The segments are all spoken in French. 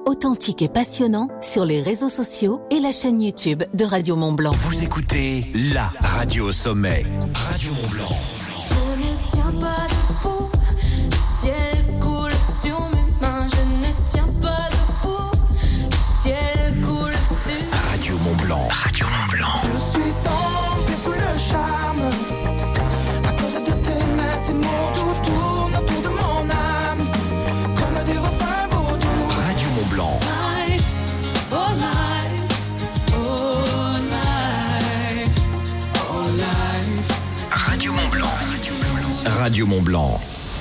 authentique et passionnant sur les réseaux sociaux et la chaîne YouTube de Radio Mont-Blanc. Vous écoutez la radio au sommet. Radio Mont-Blanc. Je ne tiens pas debout, le ciel coule sur mes mains. Je ne tiens pas debout, le ciel coule sur... Radio Mont-Blanc. Radio Mont-Blanc. Je suis tombé sous le charme à cause de tes mains, tes mots doux tournent autour de mon âme comme des refrains vaudous. Radio Mont-Blanc. Radio Mont-Blanc. Radio Mont-Blanc.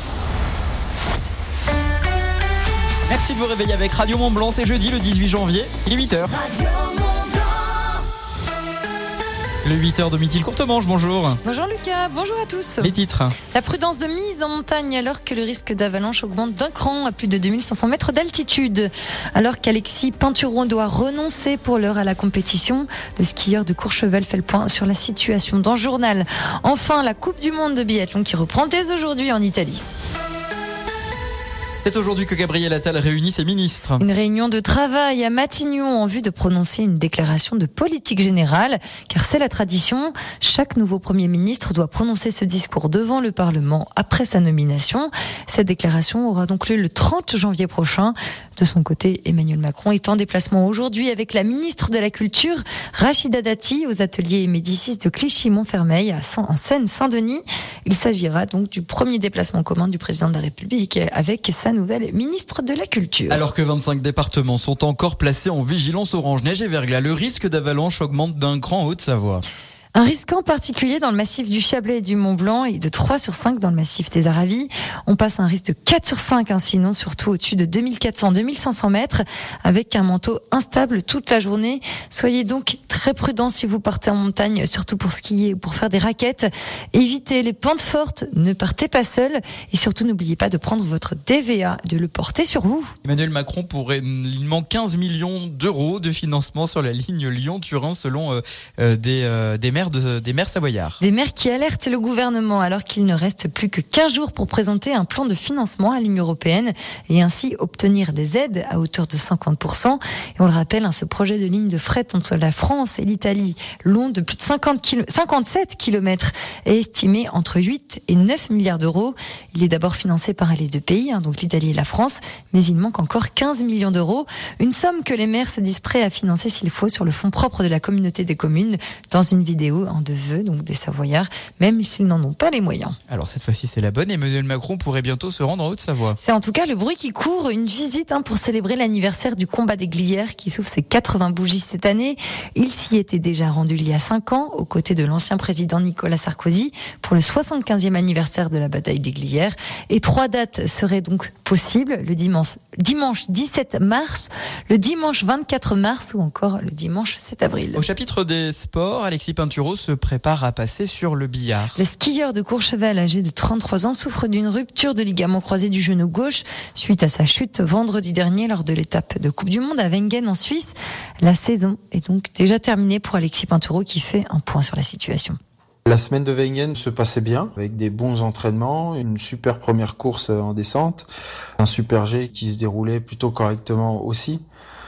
Merci de vous réveiller avec Radio Mont-Blanc, c'est jeudi le 18 janvier, il est 8h. Le 8h de Midi Courtemanche, bonjour. Bonjour Lucas, bonjour à tous. Les titres. La prudence de mise en montagne alors que le risque d'avalanche augmente d'un cran à plus de 2500 mètres d'altitude. Alors qu'Alexis Pinturault doit renoncer pour l'heure à la compétition, le skieur de Courchevel fait le point sur la situation dans le journal. Enfin, la Coupe du Monde de biathlon qui reprend dès aujourd'hui en Italie. C'est aujourd'hui que Gabriel Attal réunit ses ministres. Une réunion de travail à Matignon en vue de prononcer une déclaration de politique générale, car c'est la tradition. Chaque nouveau Premier ministre doit prononcer ce discours devant le Parlement après sa nomination. Cette déclaration aura donc lieu le 30 janvier prochain. De son côté, Emmanuel Macron est en déplacement aujourd'hui avec la ministre de la Culture, Rachida Dati, aux ateliers Médicis de Clichy-Montfermeil en Seine-Saint-Denis. Il s'agira donc du premier déplacement commun du président de la République avec sa nouvelle ministre de la Culture. Alors que 25 départements sont encore placés en vigilance orange, neige et verglas, le risque d'avalanche augmente d'un cran en Haute-Savoie. Un risque en particulier dans le massif du Chablais et du Mont-Blanc et de 3 sur 5 dans le massif des Aravis. On passe à un risque de 4 sur 5, sinon surtout au-dessus de 2400-2500 mètres avec un manteau instable toute la journée. Soyez donc très prudents si vous partez en montagne, surtout pour skier ou pour faire des raquettes. Évitez les pentes fortes, ne partez pas seul et surtout n'oubliez pas de prendre votre DVA, de le porter sur vous. Emmanuel Macron il manque 15 millions d'euros de financement sur la ligne Lyon-Turin selon des maires savoyards. Des maires qui alertent le gouvernement alors qu'il ne reste plus que 15 jours pour présenter un plan de financement à l'Union européenne et ainsi obtenir des aides à hauteur de 50%. Et on le rappelle, ce projet de ligne de fret entre la France et l'Italie, long de plus de 57 km, est estimé entre 8 et 9 milliards d'euros. Il est d'abord financé par les deux pays, donc l'Italie et la France, mais il manque encore 15 millions d'euros. Une somme que les maires se disent prêts à financer s'il faut sur le fonds propre de la communauté des communes dans une vidéo en deux vœux, donc des Savoyards, même s'ils n'en ont pas les moyens. Alors cette fois-ci c'est la bonne, Emmanuel Macron pourrait bientôt se rendre en Haute-Savoie. C'est en tout cas le bruit qui court, une visite pour célébrer l'anniversaire du combat des Glières qui souffle ses 80 bougies cette année. Il s'y était déjà rendu il y a 5 ans, aux côtés de l'ancien président Nicolas Sarkozy, pour le 75e anniversaire de la bataille des Glières. Et 3 dates seraient donc possibles, le dimanche 17 mars, le dimanche 24 mars ou encore le dimanche 7 avril. Au chapitre des sports, Alexis Pinturault se prépare à passer sur le billard. Le skieur de Courchevel, âgé de 33 ans, souffre d'une rupture de ligament croisé du genou gauche suite à sa chute vendredi dernier lors de l'étape de Coupe du Monde à Wengen en Suisse. La saison est donc déjà terminée pour Alexis Pinturault qui fait un point sur la situation. La semaine de Wengen se passait bien, avec des bons entraînements, une super première course en descente, un super G qui se déroulait plutôt correctement aussi.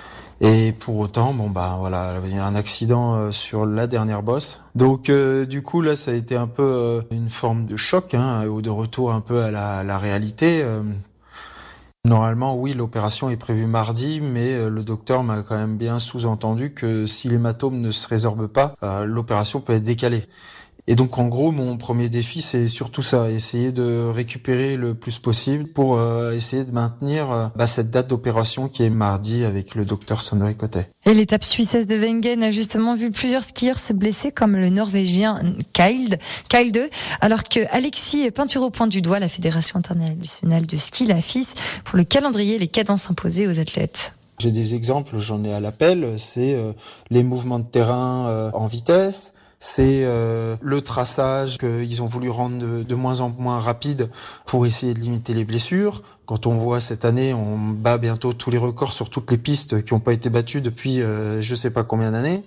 Et pour autant, il y a un accident sur la dernière bosse. Donc du coup là, ça a été un peu une forme de choc, ou de retour un peu à la réalité. Normalement, oui, l'opération est prévue mardi, mais le docteur m'a quand même bien sous-entendu que si l'hématome ne se résorbe pas, l'opération peut être décalée. Et donc en gros, mon premier défi, c'est surtout ça, essayer de récupérer le plus possible pour essayer de maintenir cette date d'opération qui est mardi avec le docteur Sonnery Cotet. Et l'étape suissesse de Wengen a justement vu plusieurs skieurs se blesser comme le Norvégien Kylde, alors que Alexis Pinturault pointe du doigt la Fédération internationale de ski, la FIS, pour le calendrier et les cadences imposées aux athlètes. J'ai des exemples, j'en ai à l'appel, c'est les mouvements de terrain en vitesse, c'est le traçage qu'ils ont voulu rendre de moins en moins rapide pour essayer de limiter les blessures. Quand on voit cette année, on bat bientôt tous les records sur toutes les pistes qui n'ont pas été battues depuis je sais pas combien d'années.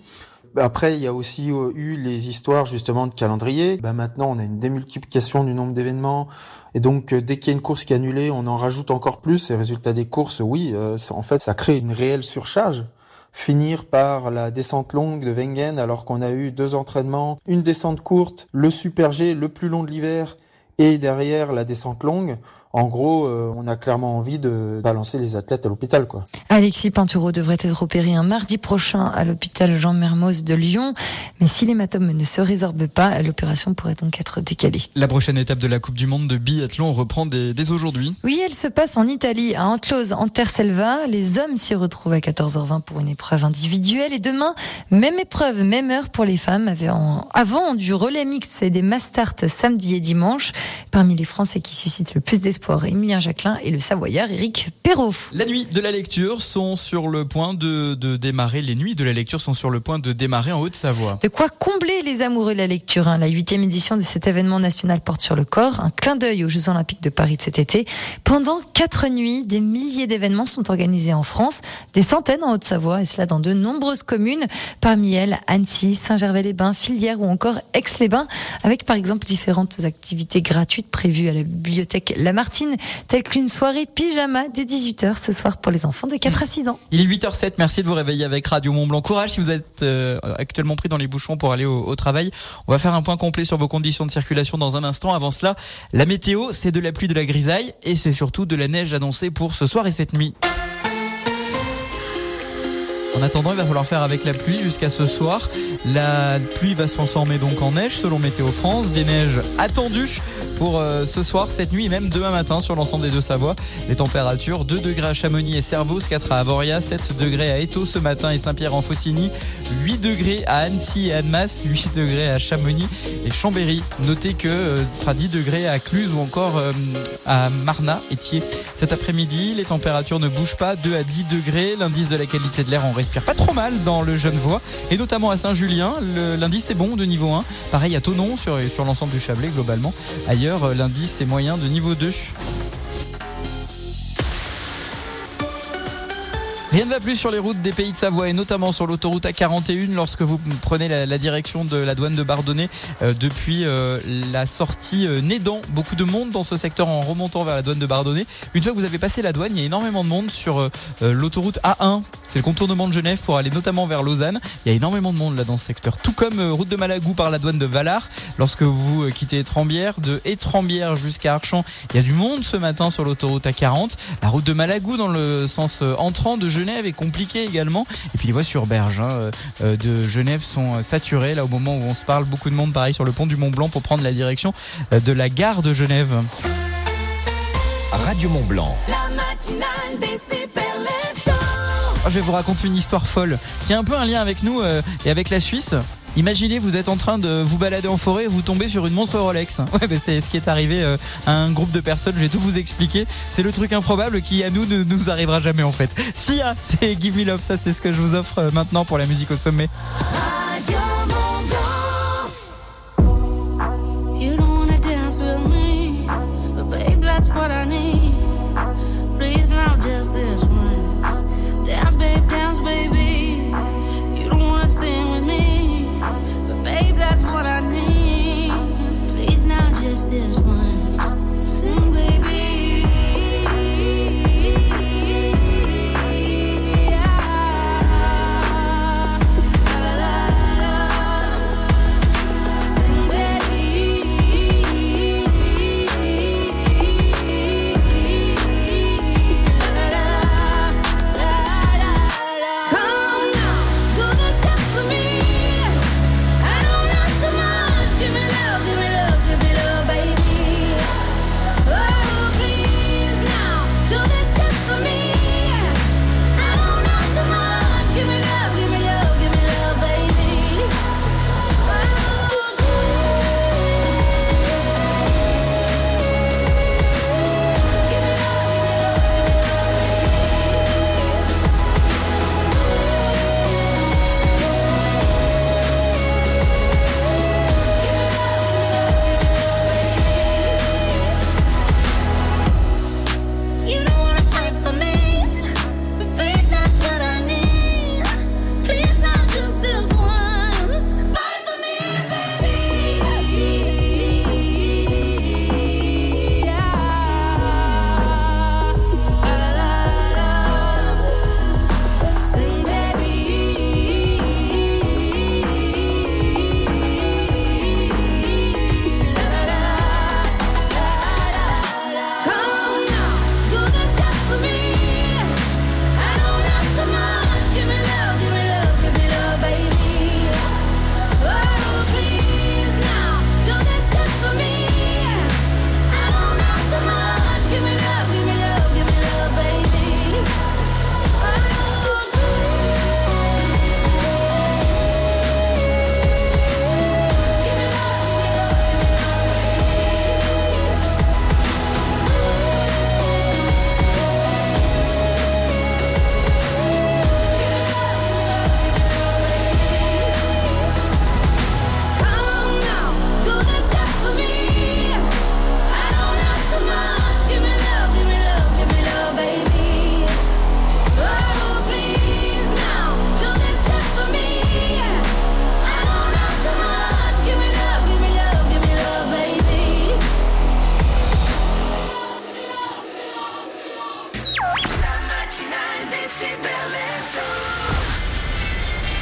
Après, il y a aussi eu les histoires justement de calendrier. Maintenant, on a une démultiplication du nombre d'événements. Et donc, dès qu'il y a une course qui est annulée, on en rajoute encore plus. Et résultat des courses, oui, en fait, ça crée une réelle surcharge. Finir par la descente longue de Wengen alors qu'on a eu 2 entraînements, une descente courte, le Super G, le plus long de l'hiver, et derrière la descente longue. En gros, on a clairement envie de balancer les athlètes à l'hôpital, quoi. Alexis Pinturo devrait être opéré un mardi prochain à l'hôpital Jean Mermoz de Lyon. Mais si l'hématome ne se résorbe pas, l'opération pourrait donc être décalée. La prochaine étape de la Coupe du Monde de biathlon reprend dès aujourd'hui. Oui, elle se passe en Italie, à Antloz, en Terre-Selva. Les hommes s'y retrouvent à 14h20 pour une épreuve individuelle. Et demain, même épreuve, même heure pour les femmes. Avant du relais mix et des mass start samedi et dimanche. Parmi les Français qui suscitent le plus d'espoir, Emilien Jacquelin et le Savoyard Éric Perrault. La nuit de la lecture sont sur le point de démarrer. Les nuits de la lecture sont sur le point de démarrer en Haute-Savoie. De quoi combler les amoureux de la lecture. La 8e édition de cet événement national porte sur le corps. Un clin d'œil aux Jeux Olympiques de Paris de cet été. Pendant 4 nuits, des milliers d'événements sont organisés en France. Des centaines en Haute-Savoie, et cela dans de nombreuses communes. Parmi elles, Annecy, Saint-Gervais-les-Bains, Fillières ou encore Aix-les-Bains. Avec par exemple différentes activités gratuites prévues à la bibliothèque Lamartine, telle qu'une soirée pyjama dès 18h ce soir pour les enfants de 4 à 6 ans. Il est 8h07, merci de vous réveiller avec Radio Mont-Blanc. Courage si vous êtes actuellement pris dans les bouchons pour aller au travail. On va faire un point complet sur vos conditions de circulation dans un instant. Avant cela, la météo, c'est de la pluie, de la grisaille et c'est surtout de la neige annoncée pour ce soir et cette nuit. En attendant, il va falloir faire avec la pluie jusqu'à ce soir. La pluie va se transformer donc en neige selon Météo France. Des neiges attendues pour ce soir, cette nuit et même demain matin sur l'ensemble des Deux-Savoie. Les températures, 2 degrés à Chamonix et Servoz, 4 à Avoria, 7 degrés à Étaux ce matin et Saint-Pierre-en-Faucigny, 8 degrés à Annecy et Annemasse, 8 degrés à Chamonix et Chambéry. Notez que fera 10 degrés à Cluse ou encore à Marnat et Thiers. Cet après-midi, les températures ne bougent pas, 2 à 10 degrés. L'indice de la qualité de l'air en respire pas trop mal dans le Genevois et notamment à Saint-Julien. L'indice est bon de niveau 1. Pareil à Thonon sur l'ensemble du Chablais globalement. Ailleurs, l'indice est moyen de niveau 2. Rien ne va plus sur les routes des Pays de Savoie et notamment sur l'autoroute A41 lorsque vous prenez la direction de la douane de Bardonnay depuis la sortie Nédan. Beaucoup de monde dans ce secteur en remontant vers la douane de Bardonnay. Une fois que vous avez passé la douane, il y a énormément de monde sur l'autoroute A1. C'est le contournement de Genève pour aller notamment vers Lausanne. Il y a énormément de monde là dans ce secteur. Tout comme route de Malagou par la douane de Vallard. Lorsque vous quittez Étrembières, de Étrembières jusqu'à Archamps, il y a du monde ce matin sur l'autoroute A40. La route de Malagou dans le sens entrant de Genève est compliquée également. Et puis les voies sur berge de Genève sont saturées. Là au moment où on se parle, beaucoup de monde pareil sur le pont du Mont-Blanc pour prendre la direction de la gare de Genève. Radio Mont-Blanc. La matinale des super leftos. Je vais vous raconter une histoire folle qui a un peu un lien avec nous et avec la Suisse. Imaginez, vous êtes en train de vous balader en forêt et vous tombez sur une montre Rolex. Ouais, c'est ce qui est arrivé à un groupe de personnes. Je vais tout vous expliquer. C'est le truc improbable qui, à nous, ne nous arrivera jamais en fait. Sia, c'est Give Me Love. Ça, c'est ce que je vous offre maintenant pour la musique au sommet. Radio Mont-Blanc. You don't wanna dance with me, but babe, that's what I need. Please now, just this once. Dance, baby. You don't wanna sing with me, but babe, that's what I need. Please now, just this once. Sing, baby. La, la, la, la.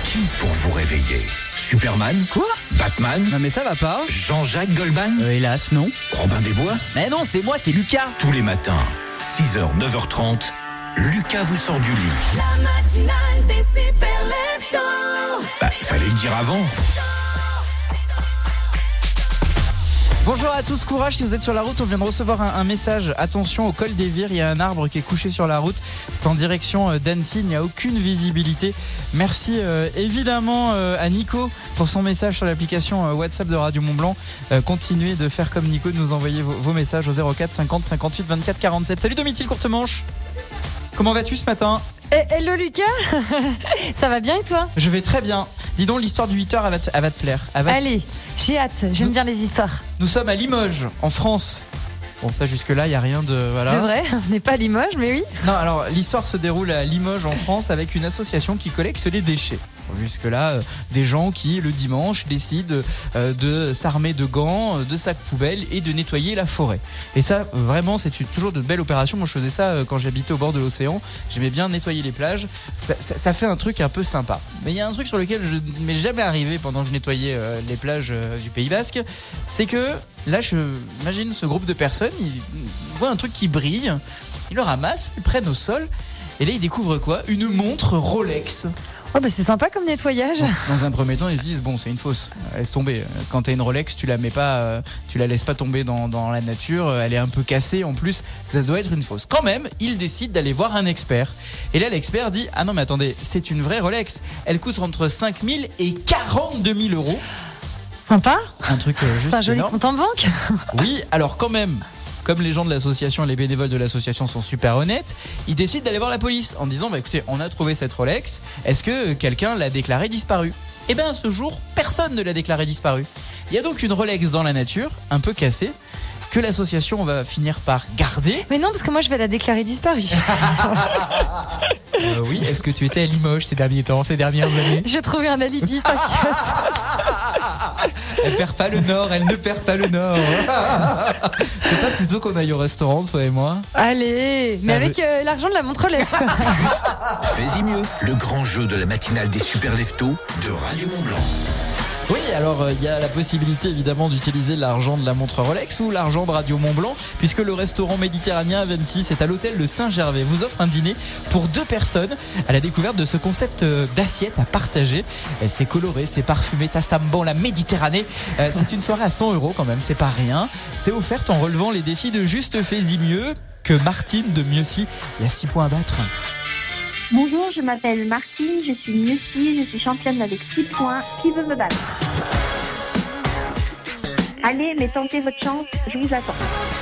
Qui pour vous réveiller? Superman? Quoi? Batman? Non mais ça va pas. Jean-Jacques Goldman? Hélas, non. Robin des Bois? Mais non, c'est moi, c'est Lucas. Tous les matins, 6h, 9h30, Lucas vous sort du lit. La matinale des super leftos. Fallait le dire avant. Bonjour à tous, courage si vous êtes sur la route. On vient de recevoir un message. Attention, au col des Vires, il y a un arbre qui est couché sur la route. C'est en direction d'Annecy, il n'y a aucune visibilité. Merci évidemment à Nico pour son message sur l'application WhatsApp de Radio Mont-Blanc. Continuez de faire comme Nico, de nous envoyer vos messages au 04 50 58 24 47. Salut Domitil Courtemanche. Comment vas-tu ce matin? Hello Lucas. Ça va bien et toi? Je vais très bien. Dis donc, l'histoire du 8h, elle va te plaire. Allez, j'ai hâte, j'aime bien les histoires. Nous sommes à Limoges, en France. Bon, ça jusque-là, il n'y a rien de... Voilà. De vrai, on n'est pas à Limoges, mais oui. Non, alors l'histoire se déroule à Limoges, en France, avec une association qui collecte les déchets. Jusque-là, des gens qui, le dimanche, décident de s'armer de gants, de sacs poubelles et de nettoyer la forêt. Et ça, vraiment, c'est toujours de belles opérations. Moi, je faisais ça quand j'habitais au bord de l'océan. J'aimais bien nettoyer les plages. Ça fait un truc un peu sympa. Mais il y a un truc sur lequel je ne m'ai jamais arrivé pendant que je nettoyais les plages du Pays Basque. C'est que là, j'imagine ce groupe de personnes, ils voient un truc qui brille, ils le ramassent, ils le prennent au sol. Et là, ils découvrent quoi? Une montre Rolex. Oh bah c'est sympa comme nettoyage. Dans un premier temps, ils se disent bon, c'est une fausse. Laisse tomber. Quand t'as une Rolex, tu la mets pas, tu la laisses pas tomber dans la nature. Elle est un peu cassée en plus. Ça doit être une fausse. Quand même, ils décident d'aller voir un expert. Et là, l'expert dit ah non mais attendez, c'est une vraie Rolex. Elle coûte entre 5 000 et 42 000 euros. Sympa. Un truc juste c'est un joli énorme. compte en banque. Oui, alors quand même. Comme les gens de l'association et les bénévoles de l'association sont super honnêtes, ils décident d'aller voir la police en disant bah écoutez, on a trouvé cette Rolex, est-ce que quelqu'un l'a déclarée disparue? Eh bien ce jour, personne ne l'a déclarée disparue. Il y a donc une Rolex dans la nature, un peu cassée, que l'association va finir par garder. Mais non, parce que moi je vais la déclarer disparue. Oui, est-ce que tu étais à Limoges ces dernières années? J'ai trouvé un alibi, t'inquiète. Elle perd pas le nord, elle ne perd pas le nord. Tu veux pas plutôt qu'on aille au restaurant, toi et moi? Allez, mais avec l'argent de la montre Rolex. Fais-y mieux. Le grand jeu de la matinale des super leftos de Radio Mont-Blanc. Oui, alors il y a la possibilité évidemment d'utiliser l'argent de la montre Rolex ou l'argent de Radio Mont-Blanc, puisque le restaurant méditerranéen Aventis, c'est à l'hôtel de Saint-Gervais, vous offre un dîner pour 2 personnes à la découverte de ce concept d'assiette à partager. C'est coloré, c'est parfumé, ça sent bon la Méditerranée. C'est une soirée à 100 € quand même, c'est pas rien. C'est offert en relevant les défis de Juste Fais-y mieux, que Martine de Mieuxy. Il y a 6 points à battre. Bonjour, je m'appelle Martine, je suis Mieuxy, je suis championne avec 6 points. Qui veut me battre? Allez, mais tentez votre chance, je vous attends.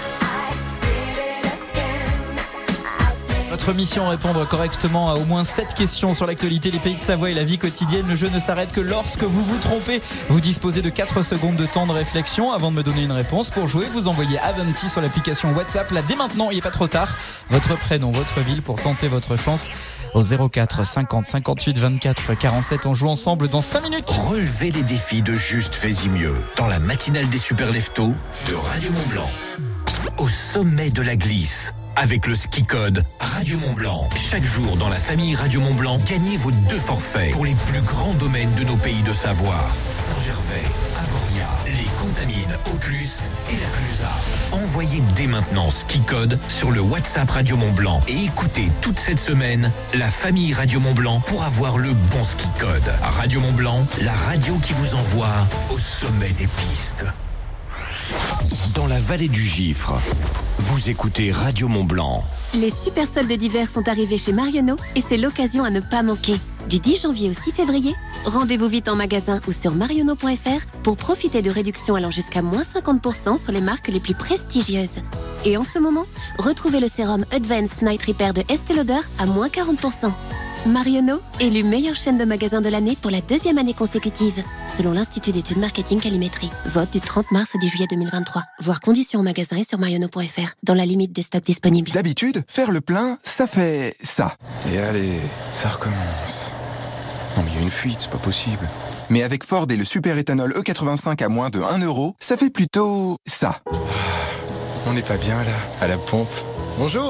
Votre mission, répondre correctement à au moins 7 questions sur l'actualité, les pays de Savoie et la vie quotidienne. Le jeu ne s'arrête que lorsque vous vous trompez. Vous disposez de 4 secondes de temps de réflexion avant de me donner une réponse. Pour jouer, vous envoyez Aventis sur l'application WhatsApp. Là, dès maintenant, il n'est pas trop tard. Votre prénom, votre ville pour tenter votre chance au 04 50 58 24 47. On joue ensemble dans 5 minutes. Relevez les défis de Juste Fais-y mieux dans la matinale des super leftos de Radio Mont-Blanc. Au sommet de la glisse. Avec le ski code Radio Mont-Blanc. Chaque jour dans la famille Radio Mont-Blanc, gagnez vos 2 forfaits pour les plus grands domaines de nos pays de Savoie. Saint-Gervais, Avoria, les Contamines, Auclus et la Clusa. Envoyez dès maintenant ski code sur le WhatsApp Radio Mont-Blanc et écoutez toute cette semaine la famille Radio Mont-Blanc pour avoir le bon ski code. Radio Mont-Blanc, la radio qui vous envoie au sommet des pistes. Dans la vallée du Gifre, vous écoutez Radio Mont-Blanc. Les super soldes d'hiver sont arrivés chez Marionneau et c'est l'occasion à ne pas manquer. Du 10 janvier au 6 février, rendez-vous vite en magasin ou sur marionneau.fr pour profiter de réductions allant jusqu'à moins 50% sur les marques les plus prestigieuses. Et en ce moment, retrouvez le sérum Advanced Night Repair de Estée Lauder à moins 40%. Marionneau, élu meilleure chaîne de magasins de l'année pour la 2e année consécutive, selon l'Institut d'études marketing Calimétrie. Vote du 30 mars au 10 juillet 2023. Voir conditions en magasin et sur marionneau.fr, dans la limite des stocks disponibles. D'habitude, faire le plein, ça fait ça. Et allez, ça recommence. Non mais il y a une fuite, c'est pas possible. Mais avec Ford et le super éthanol E85 à moins de 1 €, ça fait plutôt ça. On n'est pas bien là, à la pompe. Bonjour.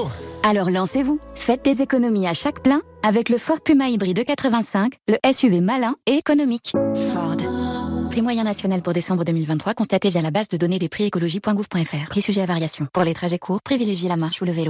Alors lancez-vous. Faites des économies à chaque plein avec le Ford Puma hybride 85, le SUV malin et économique. Ford. Prix moyen national pour décembre 2023 constaté via la base de données des prix écologie.gouv.fr. Prix sujet à variation. Pour les trajets courts, privilégiez la marche ou le vélo.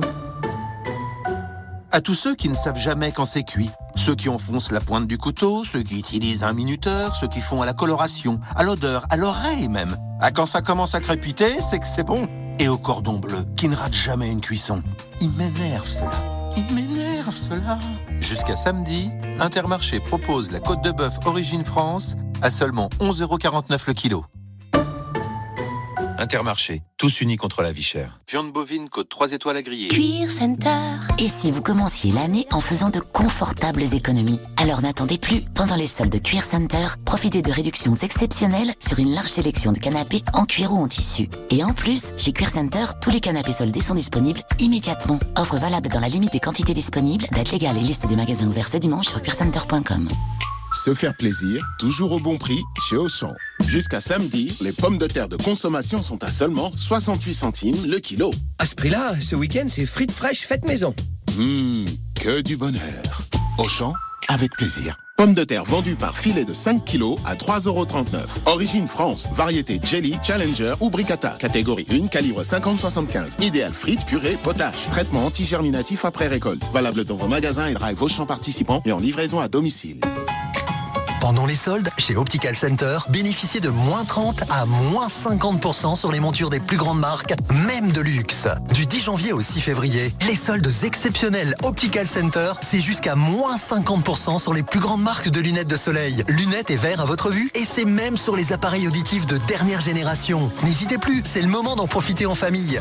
À tous ceux qui ne savent jamais quand c'est cuit, ceux qui enfoncent la pointe du couteau, ceux qui utilisent un minuteur, ceux qui font à la coloration, à l'odeur, à l'oreille même. Ah, quand ça commence à crépiter, c'est que c'est bon. Et au cordon bleu, qui ne rate jamais une cuisson. Il m'énerve cela. Jusqu'à samedi, Intermarché propose la côte de bœuf Origine France à seulement 11,49 € le kilo. Intermarché, tous unis contre la vie chère. Viande bovine, côte 3 étoiles à griller. Cuir Center. Et si vous commenciez l'année en faisant de confortables économies? Alors n'attendez plus. Pendant les soldes Cuir Center, profitez de réductions exceptionnelles sur une large sélection de canapés en cuir ou en tissu. Et en plus, chez Cuir Center, tous les canapés soldés sont disponibles immédiatement. Offre valable dans la limite des quantités disponibles. Date légale et liste des magasins ouverts ce dimanche sur cuircenter.com. Se faire plaisir, toujours au bon prix, chez Auchan. Jusqu'à samedi, les pommes de terre de consommation sont à seulement 68 centimes le kilo. À ce prix-là, ce week-end, c'est frites fraîches faites maison. Que du bonheur. Auchan, avec plaisir. Pommes de terre vendues par filet de 5 kilos à 3,39 €. Origine France, variété Jelly, Challenger ou Bricata. Catégorie 1, calibre 50-75. Idéal frites, purée, potage. Traitement anti-germinatif après récolte. Valable dans vos magasins et drive Auchan participants et en livraison à domicile. Pendant les soldes, chez Optical Center, bénéficiez de moins 30 à moins 50% sur les montures des plus grandes marques, même de luxe. Du 10 janvier au 6 février, les soldes exceptionnels Optical Center, c'est jusqu'à moins 50% sur les plus grandes marques de lunettes de soleil. Lunettes et verres à votre vue, et c'est même sur les appareils auditifs de dernière génération. N'hésitez plus, c'est le moment d'en profiter en famille.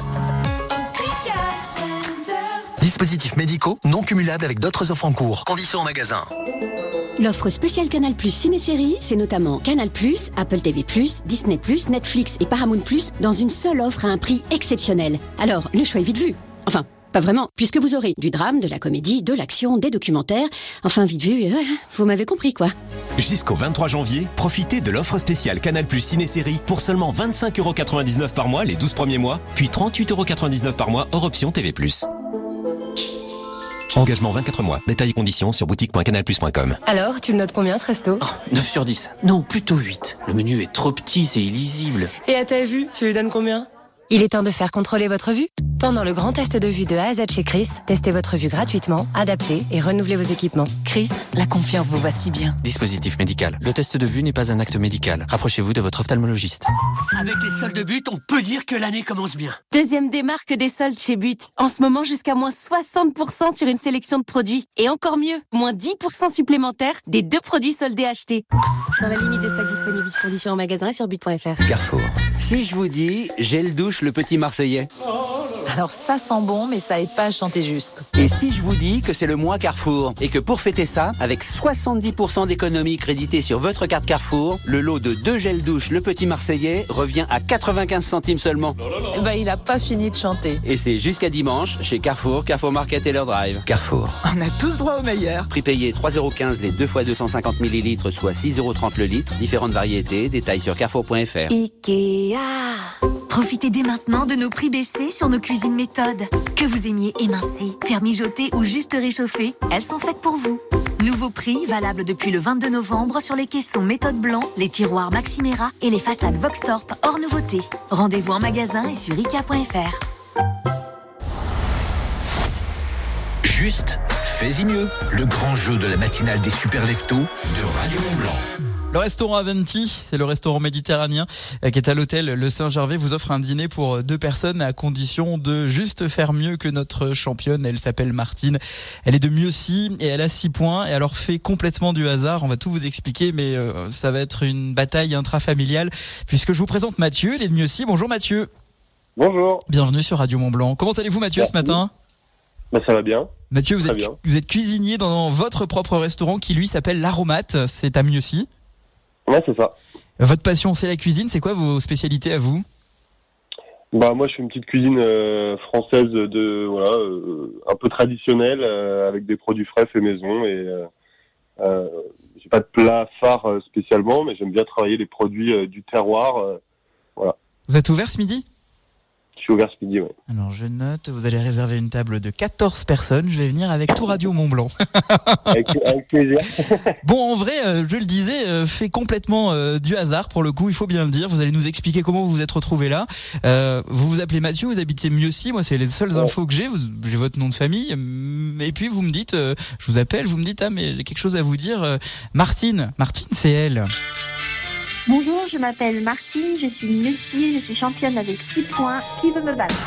Dispositifs médicaux non cumulables avec d'autres offres en cours. Conditions en magasin. L'offre spéciale Canal+ Ciné-Série, c'est notamment Canal+, Apple TV+, Disney+, Netflix et Paramount+, dans une seule offre à un prix exceptionnel. Alors, le choix est vite vu. Enfin, pas vraiment, puisque vous aurez du drame, de la comédie, de l'action, des documentaires. Enfin, vite vu, vous m'avez compris, quoi. Jusqu'au 23 janvier, profitez de l'offre spéciale Canal+ Ciné-Série pour seulement 25,99 € par mois les 12 premiers mois, puis 38,99 € par mois hors option TV+. Engagement 24 mois. Détails et conditions sur boutique.canalplus.com. Alors, tu le notes combien ce resto ? 9 sur 10. Non, plutôt 8. Le menu est trop petit, c'est illisible. Et à ta vue, tu lui donnes combien ? Il est temps de faire contrôler votre vue. Pendant le grand test de vue de A à Z chez Chris, testez votre vue gratuitement, adaptez et renouvelez vos équipements. Chris, la confiance vous va si bien. Dispositif médical. Le test de vue n'est pas un acte médical. Rapprochez-vous de votre ophtalmologiste. Avec les soldes But, on peut dire que l'année commence bien. Deuxième démarque des soldes chez But. En ce moment, jusqu'à moins 60% sur une sélection de produits. Et encore mieux, moins 10% supplémentaires des 2 produits soldés achetés. Dans la limite des stocks disponibles, conditions en magasin et sur but.fr. Carrefour. Si je vous dis gel douche le petit Marseillais. Alors ça sent bon, mais ça aide pas à chanter juste. Et si je vous dis que c'est le mois Carrefour et que pour fêter ça, avec 70% d'économies créditées sur votre carte Carrefour, le lot de 2 gels douche le petit Marseillais revient à 95 centimes seulement. Eh ben, il a pas fini de chanter. Et c'est jusqu'à dimanche chez Carrefour, Carrefour Market et leur drive. Carrefour. On a tous droit au meilleur. Prix payé 3,15 € les 2 fois 250 ml, soit 6,30 € le litre. Différentes variétés, détails sur carrefour.fr. Ikea. Profitez dès maintenant de nos prix baissés sur nos cuisines méthode. Que vous aimiez émincer, faire mijoter ou juste réchauffer, elles sont faites pour vous. Nouveau prix valable depuis le 22 novembre sur les caissons méthode blanc, les tiroirs Maximera et les façades Voxtorp hors nouveauté. Rendez-vous en magasin et sur Ikea.fr. Juste, fais-y mieux. Le grand jeu de la matinale des super leftos de Radio Mont-Blanc. Le restaurant Avanti, c'est le restaurant méditerranéen qui est à l'hôtel Le Saint-Gervais, vous offre un dîner pour 2 personnes à condition de juste faire mieux que notre championne. Elle s'appelle Martine, elle est de Mieuxy et elle a 6 points. Et alors fait complètement du hasard, on va tout vous expliquer, mais ça va être une bataille intrafamiliale puisque je vous présente Mathieu, il est de Mieuxy. Bonjour Mathieu. Bonjour. Bienvenue sur Radio Mont-Blanc. Comment allez-vous Mathieu ce matin ? Ça va bien. Mathieu, vous êtes cuisinier dans votre propre restaurant qui lui s'appelle L'Aromate, c'est à Mieuxy. Ouais, c'est ça. Votre passion, c'est la cuisine. C'est quoi vos spécialités à vous ? Moi, je fais une petite cuisine française un peu traditionnelle avec des produits frais faits maison et j'ai pas de plat phare spécialement, mais j'aime bien travailler les produits du terroir. Voilà. Vous êtes ouvert ce midi ? Je suis ouvert ce midi, ouais. Alors je note, vous allez réserver une table de 14 personnes. Je vais venir avec tout Radio Mont-Blanc. Avec plaisir. Bon, en vrai, je le disais, fait complètement du hasard pour le coup, il faut bien le dire. Vous allez nous expliquer comment vous vous êtes retrouvé là. Vous vous appelez Mathieu, vous habitez Mieuxy. Moi, c'est les seules infos que j'ai. J'ai votre nom de famille. Et puis vous me dites, je vous appelle, vous me dites, ah mais j'ai quelque chose à vous dire. Martine, c'est elle. Bonjour, je m'appelle Martine, je suis Mieuxy, je suis championne avec 6 points. Qui veut me battre?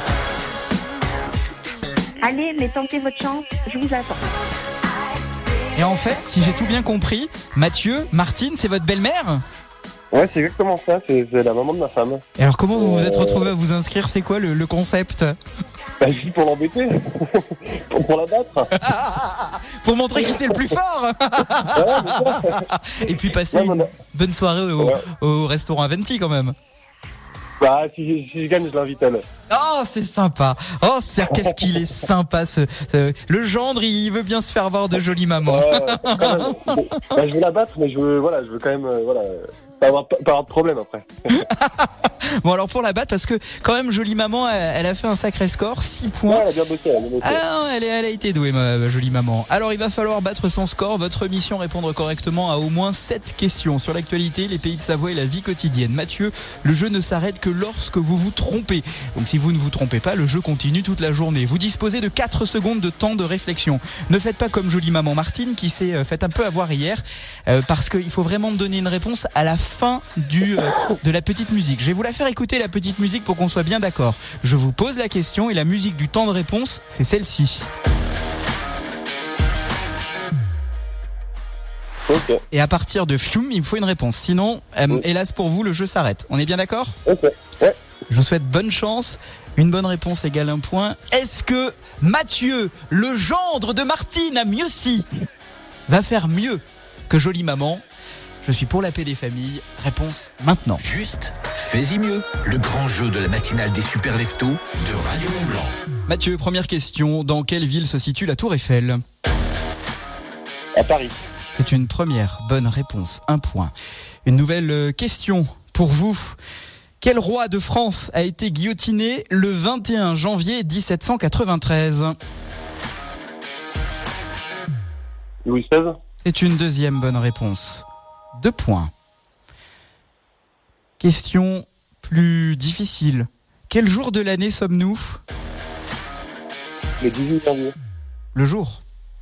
Allez, mais tentez votre chance, je vous attends. Et en fait, si j'ai tout bien compris, Mathieu, Martine, c'est votre belle-mère ? Ouais, c'est exactement ça, c'est la maman de ma femme. Et alors comment vous vous êtes retrouvé à vous inscrire? C'est quoi le concept? Bah, juste pour l'embêter, pour la battre. Pour montrer qui c'est le plus fort. Et puis passer une bonne soirée au restaurant Aventi quand même. Bah, si je gagne, je l'invite elle. Oh, c'est sympa. Oh, qu'est-ce qu'il est sympa le gendre, il veut bien se faire voir de jolie maman. Bah, je veux la battre, mais je veux quand même pas avoir de problème après. Bon, alors pour la battre, parce que quand même jolie maman, elle a fait un sacré score, 6 points. Ouais, elle a bien bossé. Ah, elle a été douée, ma jolie maman. Alors il va falloir battre son score. Votre mission, répondre correctement à au moins 7 questions sur l'actualité, les pays de Savoie et la vie quotidienne. Mathieu, le jeu ne s'arrête que lorsque vous vous trompez. Donc si vous ne vous trompez pas, le jeu continue toute la journée. Vous disposez de 4 secondes de temps de réflexion. Ne faites pas comme jolie maman Martine qui s'est fait un peu avoir hier, parce qu'il faut vraiment me donner une réponse à la fin de la petite musique. Je vais vous la faire écouter, la petite musique, pour qu'on soit bien d'accord. Je vous pose la question et la musique du temps de réponse, c'est celle-ci. Okay. Et à partir de Fioum, il me faut une réponse. Sinon, hélas pour vous, le jeu s'arrête. On est bien d'accord? Ok. Ouais. Je vous souhaite bonne chance. Une bonne réponse égale 1 point. Est-ce que Mathieu, le gendre de Martine à Mieuxy, va faire mieux que jolie maman? Je suis pour la paix des familles. Réponse maintenant. Juste, fais-y mieux. Le grand jeu de la matinale des super leftos de Radio Mont-Blanc. Mathieu, première question. Dans quelle ville se situe la Tour Eiffel? À Paris. C'est une première bonne réponse. 1 point. Une nouvelle question pour vous. Quel roi de France a été guillotiné le 21 janvier 1793? Louis XVI. C'est une deuxième bonne réponse. 2 points. Question plus difficile. Quel jour de l'année sommes-nous? Le 18 janvier. Le jour.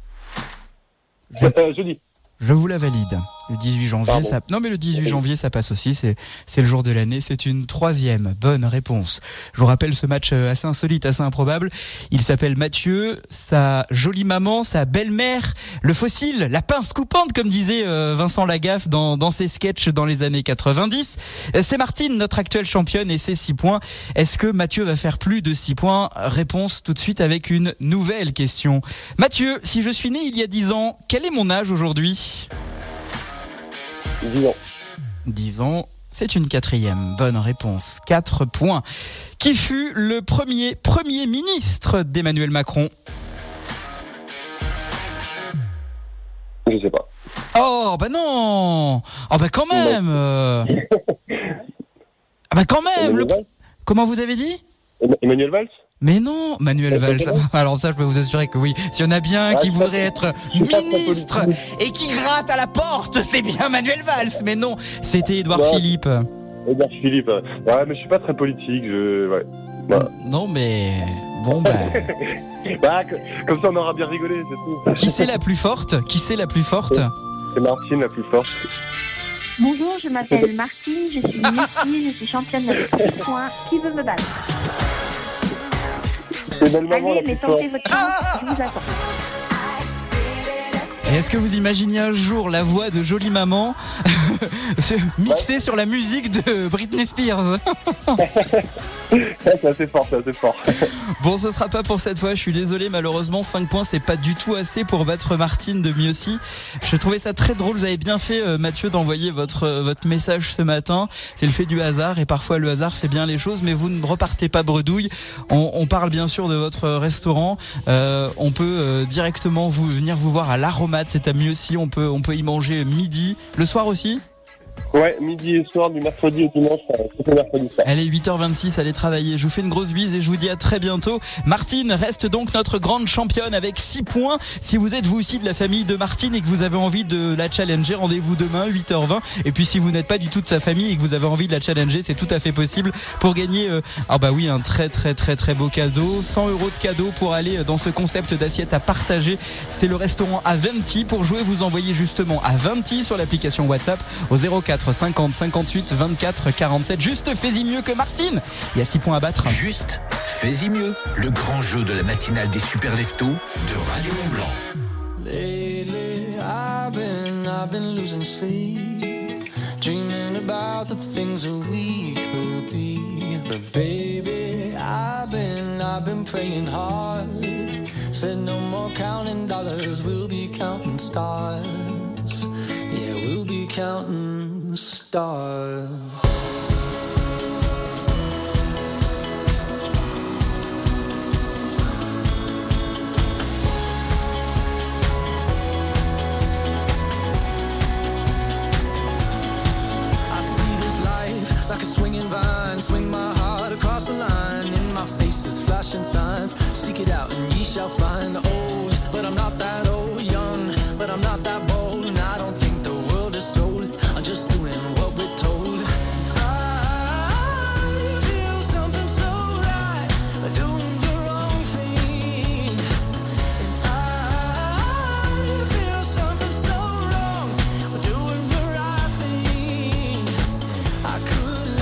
Jeudi. Je vous la valide. Le 18 janvier, Non mais le 18 janvier, ça passe aussi, c'est le jour de l'année. C'est une troisième bonne réponse. Je vous rappelle ce match assez insolite, assez improbable. Il s'appelle Mathieu, sa jolie maman, sa belle-mère, le fossile, la pince coupante, comme disait Vincent Lagaffe dans ses sketchs dans les années 90. C'est Martine, notre actuelle championne, et c'est 6 points. Est-ce que Mathieu va faire plus de 6 points? Réponse tout de suite avec une nouvelle question. Mathieu, si je suis né il y a 10 ans, quel est mon âge aujourd'hui? 10 ans. 10 ans, c'est une quatrième bonne réponse. 4 points. Qui fut le premier ministre d'Emmanuel Macron? Je sais pas. Oh, bah non! Oh, bah quand même! Ah, bah quand même! Comment vous avez dit? Emmanuel Valls? Mais non, Manuel Valls. Alors ça, je peux vous assurer que oui. S'il y en a bien qui voudrait être ministre et qui gratte à la porte, c'est bien Manuel Valls. Mais non, c'était Édouard Philippe. Édouard Philippe. Ouais, mais je suis pas très politique. Ouais. Non, mais bon, bah. Comme ça, on aura bien rigolé, c'est tout. Qui c'est la plus forte? C'est Martine, la plus forte. Bonjour, je m'appelle Martine, je suis Mieuxy, je suis championne avec 6 points. Qui veut me battre? Allez, mais tentez votre chance, je vous attends. Et est-ce que vous imaginez un jour la voix de jolie maman mixée sur la musique de Britney Spears? C'est assez fort. Bon, ce sera pas pour cette fois, je suis désolé, malheureusement 5 points c'est pas du tout assez pour battre Martine de Mieuxy. Je trouvais ça très drôle, vous avez bien fait Mathieu d'envoyer votre message ce matin. C'est le fait du hasard, et parfois le hasard fait bien les choses, mais vous ne repartez pas bredouille. On parle bien sûr de votre restaurant, on peut directement venir vous voir à l'Aromate, c'est à Mieuxy, on peut y manger midi, le soir aussi. Ouais, midi et soir, du mercredi au dimanche, c'était mercredi soir. Allez, 8h26, allez travailler. Je vous fais une grosse bise et je vous dis à très bientôt. Martine reste donc notre grande championne avec 6 points. Si vous êtes vous aussi de la famille de Martine et que vous avez envie de la challenger, rendez-vous demain, 8h20. Et puis si vous n'êtes pas du tout de sa famille et que vous avez envie de la challenger, c'est tout à fait possible pour gagner, un très très très très beau cadeau. 100 € de cadeau pour aller dans ce concept d'assiette à partager. C'est le restaurant Aventi. Pour jouer, vous envoyez justement Aventi sur l'application WhatsApp au 04 50 58 24 47. Juste fais-y mieux que Martine. Il y a 6 points à battre. Juste fais-y mieux. Le grand jeu de la matinale des super leftos de Radio Mont-Blanc. Lately, I've been losing sleep, dreaming about the things that we could be. But baby, I've been praying hard. Said no more counting dollars, we'll be counting stars. Yeah, we'll be counting stars. Like a swinging vine, swing my heart across the line. In my face is flashing signs. Seek it out and ye shall find. Old, but I'm not that old. Young, but I'm not that bold. And I don't think the world is sold. I'm just doing what we're told. I feel something so right, doing the wrong thing. And I feel something so wrong, doing the right thing. I could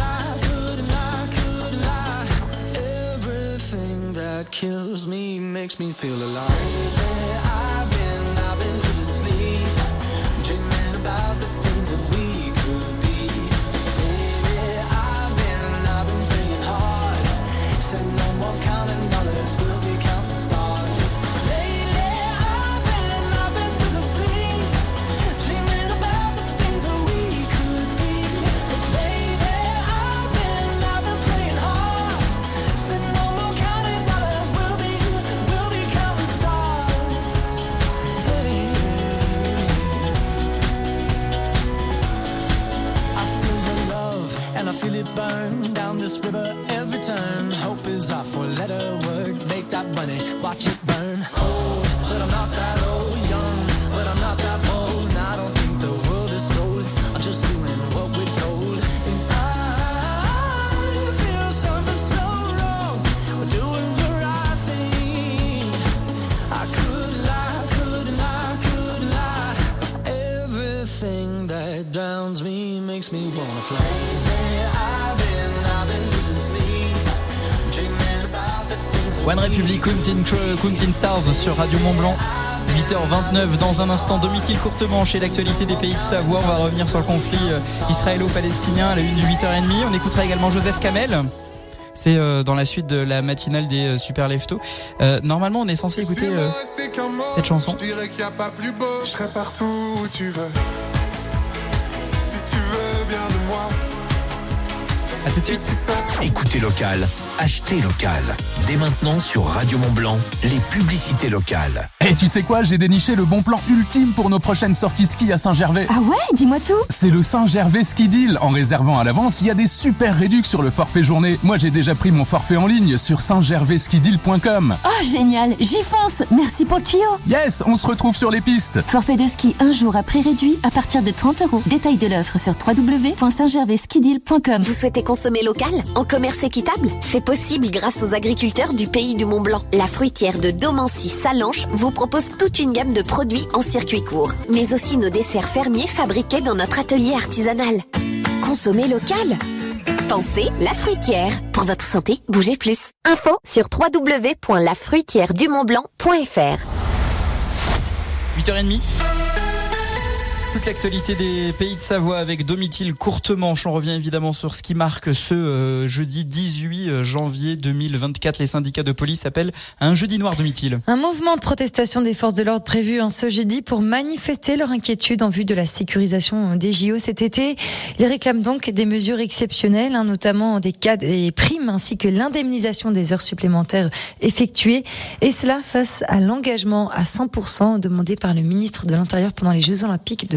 lie. Everything that kills me makes me feel alive. I've been losing sleep, dreaming about the things that we could be. Baby, I've been praying hard. Said no more counting dollars, we'll be counting stars. Lately, I've been losing sleep, dreaming about the things that we could be. But baby, I've been praying hard. Said no more counting dollars, we'll be counting stars. Hey. I feel your love and I feel it burn down this river every turn. Hope is our four-letter word. Make that money, watch it burn. Old, but I'm not that old. Young, but I'm not that bold. And I don't think the world is sold. I'm just doing what we're told. And I feel something so wrong. We're doing the right thing. I could lie. Everything that drowns me makes me wanna fly. I've been losing sleep, dreaming about the things. One Republic, Counting Stars sur Radio Mont-Blanc. 8h29 dans un instant. Domitil Courtemanche et l'actualité des pays de Savoie. On va revenir sur le conflit israélo-palestinien à la une de 8h30. On écoutera également Joseph Kamel. C'est dans la suite de la matinale des Super Leftos. Normalement, on est censé écouter cette chanson. Je dirais qu'il n'y a pas plus beau. Je serai partout où tu veux. Si tu veux bien de moi. A tout de suite. Écoutez local, achetez local. Dès maintenant sur Radio Mont-Blanc, les publicités locales. Et tu sais quoi, j'ai déniché le bon plan ultime pour nos prochaines sorties ski à Saint-Gervais. Ah ouais, dis-moi tout. C'est le Saint-Gervais Ski Deal. En réservant à l'avance, il y a des super réducs sur le forfait journée. Moi, j'ai déjà pris mon forfait en ligne sur saintgervaiskideal.com. Oh génial, j'y fonce. Merci pour le tuyau. Yes, on se retrouve sur les pistes. Forfait de ski un jour à prix réduit à partir de 30 €. Détail de l'offre sur www.saintgervaiskideal.com. Vous souhaitez consommer local, en commerce équitable? C'est possible grâce aux agriculteurs du pays du Mont-Blanc. La fruitière de Domancy-Salanches vous propose toute une gamme de produits en circuit court, mais aussi nos desserts fermiers fabriqués dans notre atelier artisanal. Consommer local? Pensez La Fruitière. Pour votre santé, bougez plus. Info sur www.lafruitièredumontblanc.fr. 8h30. Toute l'actualité des pays de Savoie avec Domitil Courtemanche. On revient évidemment sur ce qui marque ce jeudi 18 janvier 2024. Les syndicats de police appellent à un jeudi noir, Domitil. Un mouvement de protestation des forces de l'ordre prévu ce jeudi pour manifester leur inquiétude en vue de la sécurisation des JO cet été. Ils réclament donc des mesures exceptionnelles, notamment des cas des primes ainsi que l'indemnisation des heures supplémentaires effectuées. Et cela face à l'engagement à 100% demandé par le ministre de l'Intérieur pendant les Jeux Olympiques de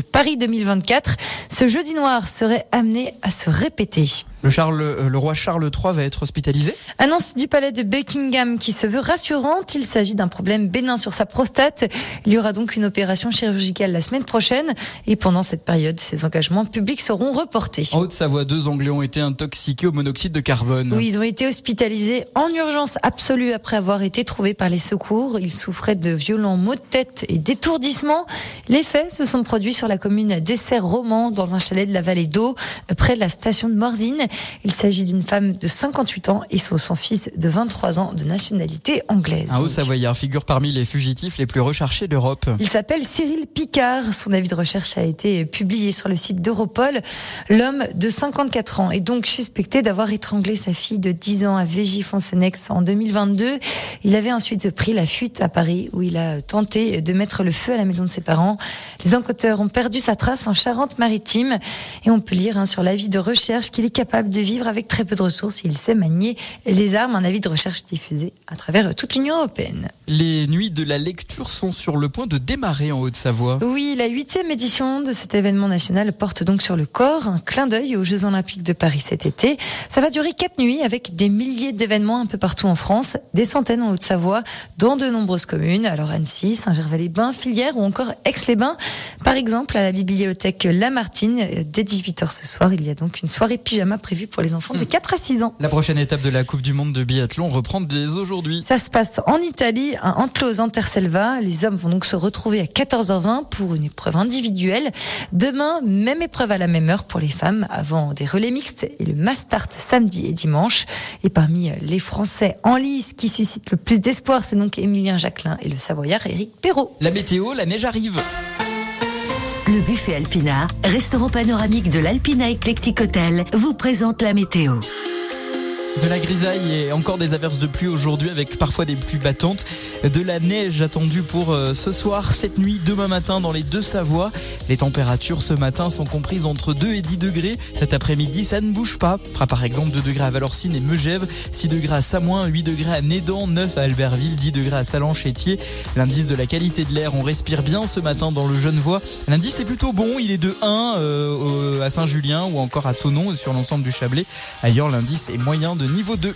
Paris 2024. Ce jeudi noir serait amené à se répéter. Le roi Charles III va être hospitalisé. Annonce du palais de Buckingham qui se veut rassurante. Il s'agit d'un problème bénin sur sa prostate. Il y aura donc une opération chirurgicale la semaine prochaine. Et pendant cette période, ses engagements publics seront reportés. En Haute-Savoie, 2 Anglais ont été intoxiqués au monoxyde de carbone. Oui, ils ont été hospitalisés en urgence absolue après avoir été trouvés par les secours. Ils souffraient de violents maux de tête et d'étourdissements. Les faits se sont produits sur la commune d'Essert-Romand, dans un chalet de la vallée d'Eau, près de la station de Morzine. Il s'agit d'une femme de 58 ans et son fils de 23 ans de nationalité anglaise. Un Haut-Savoyard figure parmi les fugitifs les plus recherchés d'Europe. Il s'appelle Cyril Picard. Son avis de recherche a été publié sur le site d'Europol. L'homme de 54 ans est donc suspecté d'avoir étranglé sa fille de 10 ans à Veigy-Foncenex en 2022. Il avait ensuite pris la fuite à Paris où il a tenté de mettre le feu à la maison de ses parents. Les enquêteurs ont perdu sa trace en Charente-Maritime et on peut lire sur l'avis de recherche qu'il est capable de vivre avec très peu de ressources. Il sait manier les armes, un avis de recherche diffusé à travers toute l'Union européenne. Les nuits de la lecture sont sur le point de démarrer en Haute-Savoie. Oui, la 8e édition de cet événement national porte donc sur le corps, un clin d'œil aux Jeux Olympiques de Paris cet été. Ça va durer 4 nuits avec des milliers d'événements un peu partout en France, des centaines en Haute-Savoie, dans de nombreuses communes, alors Annecy, Saint-Gervais-les-Bains, Fillières ou encore Aix-les-Bains. Par exemple, à la bibliothèque Lamartine, dès 18h ce soir, il y a donc une soirée pyjama prévue pour les enfants de 4 à 6 ans. La prochaine étape de la Coupe du Monde de biathlon reprend dès aujourd'hui. Ça se passe en Italie, à Antlos-Anterselva. Les hommes vont donc se retrouver à 14h20 pour une épreuve individuelle. Demain, même épreuve à la même heure pour les femmes, avant des relais mixtes et le mass start samedi et dimanche. Et parmi les Français en lice qui suscitent le plus d'espoir, c'est donc Émilien Jacquelin et le Savoyard Éric Perrault. La météo, la neige arrive. Le buffet Alpina, restaurant panoramique de l'Alpina Eclectic Hotel, vous présente la météo. De la grisaille et encore des averses de pluie aujourd'hui avec parfois des pluies battantes. De la neige attendue pour ce soir, cette nuit, demain matin dans les deux Savoies. Les températures ce matin sont comprises entre 2 et 10 degrés. Cet après-midi, ça ne bouge pas. On fera par exemple 2 degrés à Valorcine et Megève, 6 degrés à Samoin, 8 degrés à Nédan, 9 à Albertville, 10 degrés à Sallanches et Thiers. L'indice de la qualité de l'air, on respire bien ce matin dans le Genevois. L'indice est plutôt bon, il est de 1 à Saint-Julien ou encore à Thonon sur l'ensemble du Chablais. Ailleurs, l'indice est moyen de niveau 2.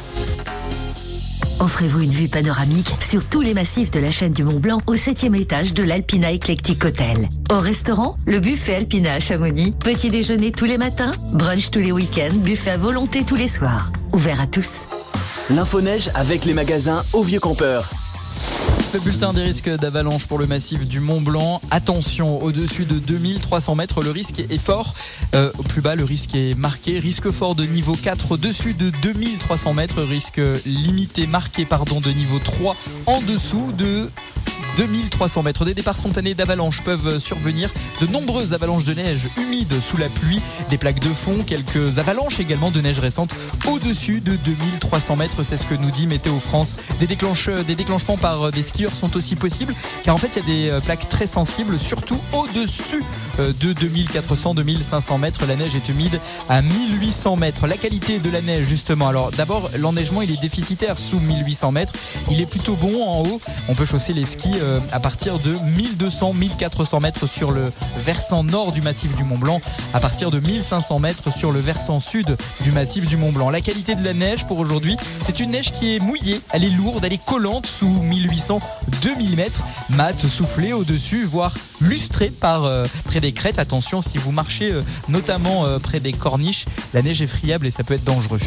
Offrez-vous une vue panoramique sur tous les massifs de la chaîne du Mont-Blanc au 7e étage de l'Alpina Eclectic Hotel. Au restaurant, le buffet Alpina à Chamonix. Petit déjeuner tous les matins, brunch tous les week-ends, buffet à volonté tous les soirs. Ouvert à tous. L'info-neige avec les magasins Au Vieux Campeur. Le bulletin des risques d'avalanche pour le massif du Mont-Blanc. Attention, au-dessus de 2300 mètres, le risque est fort. Au plus bas, le risque est marqué. Risque fort de niveau 4 au-dessus de 2300 mètres. Risque limité marqué de niveau 3 en dessous de 2300 mètres. Des départs spontanés d'avalanche peuvent survenir. De nombreuses avalanches de neige humides sous la pluie, des plaques de fond, quelques avalanches également de neige récente au-dessus de 2300 mètres. C'est ce que nous dit Météo France. Des déclenchements par des skieurs sont aussi possibles, car en fait il y a des plaques très sensibles, surtout au-dessus de 2400-2500 mètres. La neige est humide à 1800 mètres. La qualité de la neige, justement. Alors d'abord, l'enneigement il est déficitaire sous 1800 mètres. Il est plutôt bon en haut. On peut chausser les skis à partir de 1200-1400 mètres sur le versant nord du massif du Mont-Blanc, à partir de 1500 mètres sur le versant sud du massif du Mont-Blanc. La qualité de la neige pour aujourd'hui, c'est une neige qui est mouillée, elle est lourde, elle est collante sous 1800-2000 mètres, mate, soufflée au-dessus, voire lustrée par près des crêtes. Attention, si vous marchez notamment près des corniches, la neige est friable et ça peut être dangereux.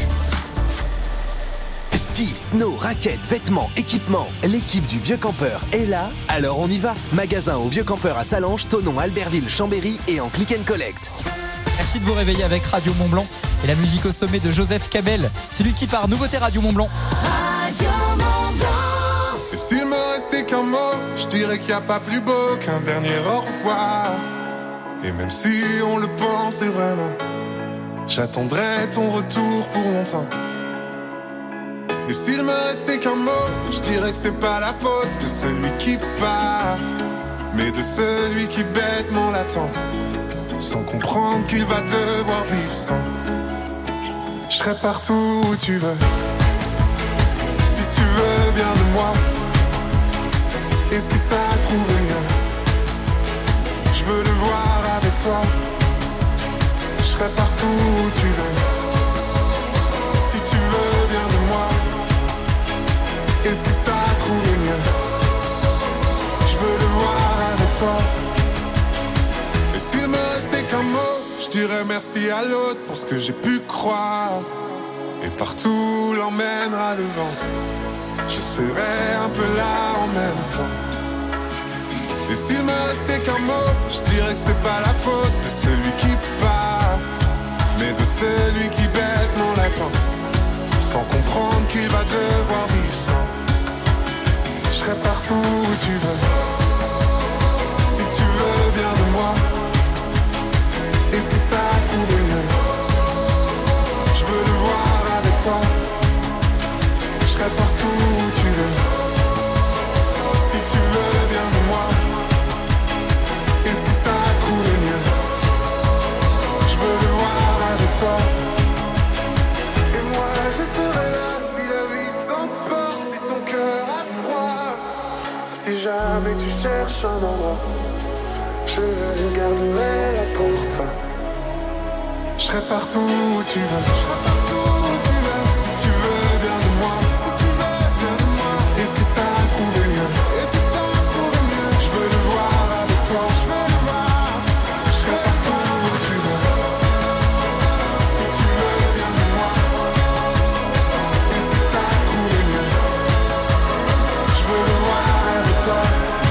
Ski, snow, raquettes, vêtements, équipements. L'équipe du Vieux Campeur est là, alors on y va. Magasin au Vieux Campeur à Sallanches, Thonon, Albertville, Chambéry et en click and collect. Merci de vous réveiller avec Radio Mont-Blanc et la musique au sommet de Joseph Cabel. Celui qui part, nouveauté Radio Mont-Blanc. Radio Mont-Blanc. Et s'il me restait qu'un mot, je dirais qu'il n'y a pas plus beau qu'un dernier au revoir. Et même si on le pensait vraiment, j'attendrai ton retour pour longtemps. Et s'il me restait qu'un mot, je dirais que c'est pas la faute de celui qui part, mais de celui qui bêtement l'attend, sans comprendre qu'il va devoir vivre sans. Je serai partout où tu veux, si tu veux bien de moi. Et si t'as trouvé mieux, je Je veux le voir avec toi. Je serai partout où tu veux. Si tu veux bien de moi. Et si t'as trouvé mieux. Je veux le voir avec toi. Et s'il me restait qu'un mot, je dirais merci à l'autre pour ce que j'ai pu croire. Et partout l'emmènera le vent. Je serai un peu là en même temps. Et s'il me restait qu'un mot, je dirais que c'est pas la faute de celui qui part, mais de celui qui bêtement l'attend, sans comprendre qu'il va devoir vivre sans. Je serai partout où tu veux. Si tu veux bien de moi. Et si t'as trouvé mieux. Je veux le voir avec toi. Je serai partout où tu veux. Si tu veux bien de moi. Et si t'as trouvé mieux. Je veux le voir avec toi. Et moi je serai là si la vie t'emporte, si ton cœur a froid. Si jamais tu cherches un endroit, je le garderai là pour toi. Je serai partout où tu veux. Je serai partout où tu veux. Si tu veux bien de moi. Si tu veux bien de moi. Et si t'as trouvé mieux. Et si t'as trouvé mieux. Je veux le voir avec toi. Je veux le voir. Je serai partout où tu veux. Si tu veux bien de moi. Et si t'as trouvé mieux. Je veux le voir avec toi.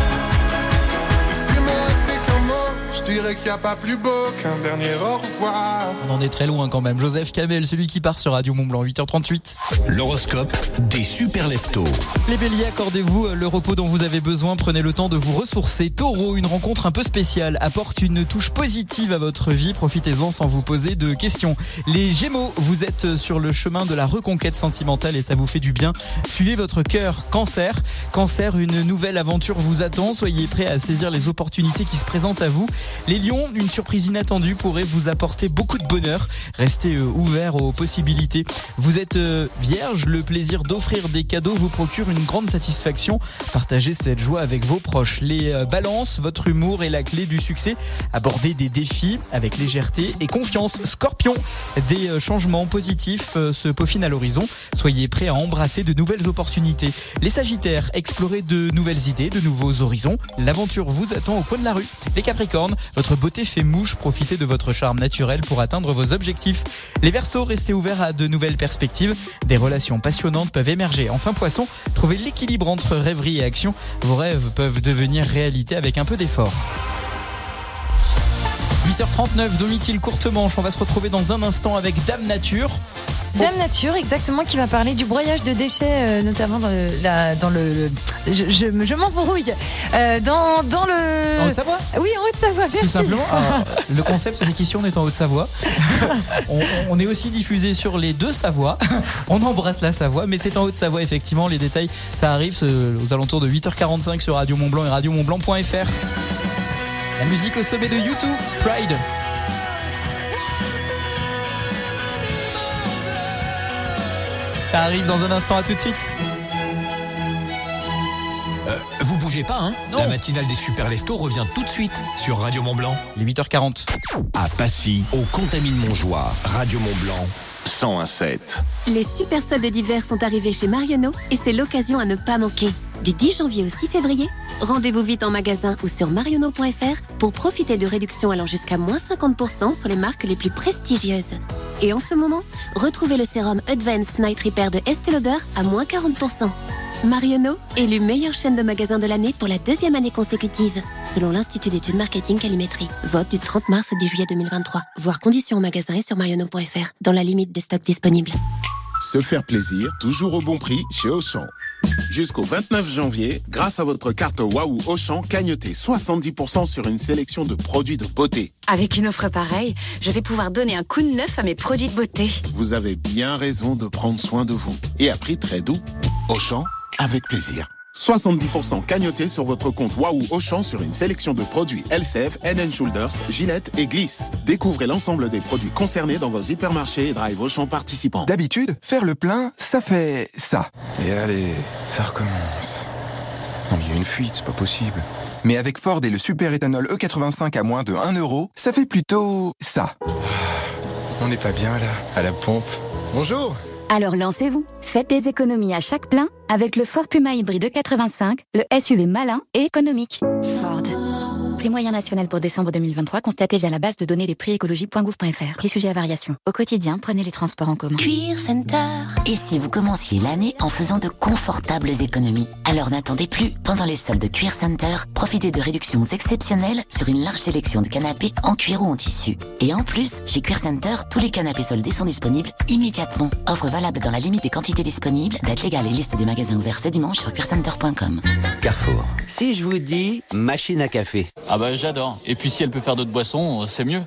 Et s'il me restait qu'un mot, je dirais qu'il n'y a pas plus beau qu'un dernier au revoir. On en est très loin quand même. Joseph Kamel, celui qui part sur Radio Mont-Blanc, 8h38. L'horoscope des super leftos. Les béliers, accordez-vous le repos dont vous avez besoin. Prenez le temps de vous ressourcer. Taureau, une rencontre un peu spéciale apporte une touche positive à votre vie. Profitez-en sans vous poser de questions. Les Gémeaux, vous êtes sur le chemin de la reconquête sentimentale et ça vous fait du bien. Suivez votre cœur. Cancer, une nouvelle aventure vous attend. Soyez prêts à saisir les opportunités qui se présentent à vous. Les Lions, une surprise inattendue pourrait vous apporter beaucoup de bonheur. Restez ouverts aux possibilités. Vous êtes vierge, le plaisir d'offrir des cadeaux vous procure une grande satisfaction. Partagez cette joie avec vos proches. Les balances, votre humour est la clé du succès. Abordez des défis avec légèreté et confiance. Scorpion, des changements positifs se peaufinent à l'horizon. Soyez prêts à embrasser de nouvelles opportunités. Les Sagittaires, explorez de nouvelles idées, de nouveaux horizons. L'aventure vous attend au coin de la rue. Les Capricornes, votre beauté fait mouche. Profitez de votre charme naturel pour atteindre vos objectifs. Les Verseaux, restez ouverts à de nouvelles perspectives. Des relations passionnantes peuvent émerger. Enfin Poissons, trouvez l'équilibre entre rêverie et action. Vos rêves peuvent devenir réalité avec un peu d'effort. 8h39, Domitil courte manche. On va se retrouver dans un instant avec Dame Nature. Dame Nature, exactement, qui va parler du broyage de déchets, notamment dans le je m'embrouille. Dans le. En Haute-Savoie ? Oui, en Haute-Savoie, merci. Tout simplement. Alors, le concept, c'est qu'ici, on est en Haute-Savoie. On est aussi diffusé sur les deux Savoies. On embrasse la Savoie, mais c'est en Haute-Savoie, effectivement. Les détails, ça arrive aux alentours de 8h45 sur Radio Mont-Blanc et radiomontblanc.fr. La musique au sommet de U2, Pride. Ça arrive dans un instant, à tout de suite. Vous bougez pas, hein? Non. La matinale des super leftos revient tout de suite sur Radio Mont-Blanc. Les 8h40. À Passy, au Contamine-Montjoie, Radio Mont-Blanc, 101.7. Les super soldes d'hiver sont arrivés chez Marionneau et c'est l'occasion à ne pas manquer. Du 10 janvier au 6 février, rendez-vous vite en magasin ou sur marionneau.fr pour profiter de réductions allant jusqu'à moins 50% sur les marques les plus prestigieuses. Et en ce moment, retrouvez le sérum Advanced Night Repair de Estée Lauder à moins 40%. Marionneau, élu meilleure chaîne de magasins de l'année pour la 2e année consécutive, selon l'Institut d'études marketing Calimétrie. Vote du 30 mars au 10 juillet 2023. Voir conditions en magasin et sur marionneau.fr, dans la limite des stocks disponibles. Se faire plaisir, toujours au bon prix chez Auchan. Jusqu'au 29 janvier, grâce à votre carte Waouh Auchan, cagnotez 70% sur une sélection de produits de beauté. Avec une offre pareille, je vais pouvoir donner un coup de neuf à mes produits de beauté. Vous avez bien raison de prendre soin de vous. Et à prix très doux. Auchan, avec plaisir. 70% cagnotés sur votre compte Waouh Auchan sur une sélection de produits LCF, Head & Shoulders, Gillette et Gliss. Découvrez l'ensemble des produits concernés dans vos hypermarchés et Drive Auchan participants. D'habitude, faire le plein, ça fait ça. Et allez, ça recommence. Non mais il y a une fuite, c'est pas possible. Mais avec Ford et le super éthanol E85 à moins de 1 €, ça fait plutôt ça. On n'est pas bien là, à la pompe. Bonjour. Alors lancez-vous. Faites des économies à chaque plein avec le Ford Puma hybride E85, le SUV malin et économique. Ford. Prix moyen national pour décembre 2023 constaté via la base de données des prix écologie.gouv.fr. Prix sujet à variation. Au quotidien, prenez les transports en commun. Cuir Center. Et si vous commenciez l'année en faisant de confortables économies? Alors n'attendez plus. Pendant les soldes de Cuir Center, profitez de réductions exceptionnelles sur une large sélection de canapés en cuir ou en tissu. Et en plus, chez Cuir Center, tous les canapés soldés sont disponibles immédiatement. Offre valable dans la limite des quantités disponibles. Date légale et liste des magasins ouverts ce dimanche sur cuircenter.com. Carrefour. Si je vous dis machine à café. Ah bah j'adore. Et puis si elle peut faire d'autres boissons, c'est mieux.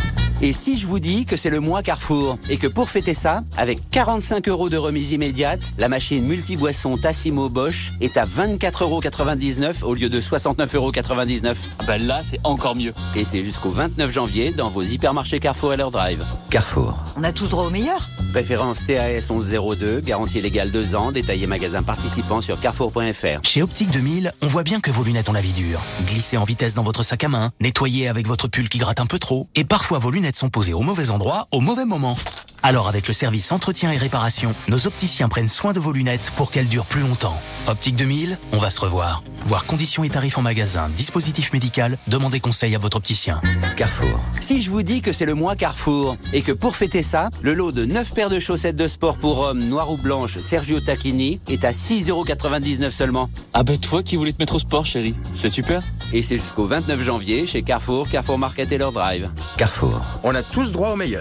Et si je vous dis que c'est le mois Carrefour et que pour fêter ça, avec 45 € de remise immédiate, la machine multi-boisson Tassimo Bosch est à 24,99 € au lieu de 69,99 €. Ah bah là, c'est encore mieux. Et c'est jusqu'au 29 janvier dans vos hypermarchés Carrefour à leur drive. Carrefour. On a tous droit au meilleur. Référence TAS 1102, garantie légale 2 ans, détaillé magasin participant sur carrefour.fr. Chez Optique 2000, on voit bien que vos lunettes ont la vie dure. Glissez en vitesse dans votre sac à main, nettoyez avec votre pull qui gratte un peu trop, et parfois vos lunettes sont posées au mauvais endroit, au mauvais moment. Alors avec le service entretien et réparation, nos opticiens prennent soin de vos lunettes pour qu'elles durent plus longtemps. Optique 2000, on va se revoir. Voir conditions et tarifs en magasin, dispositif médical, demandez conseil à votre opticien. Carrefour. Si je vous dis que c'est le mois Carrefour et que pour fêter ça, le lot de 9 paires de chaussettes de sport pour hommes noires ou blanches Sergio Tacchini est à 6,99 € seulement. Ah bah toi qui voulais te mettre au sport, chérie. C'est super. Et c'est jusqu'au 29 janvier chez Carrefour, Carrefour Market et leur drive. Carrefour. On a tous droit au meilleur.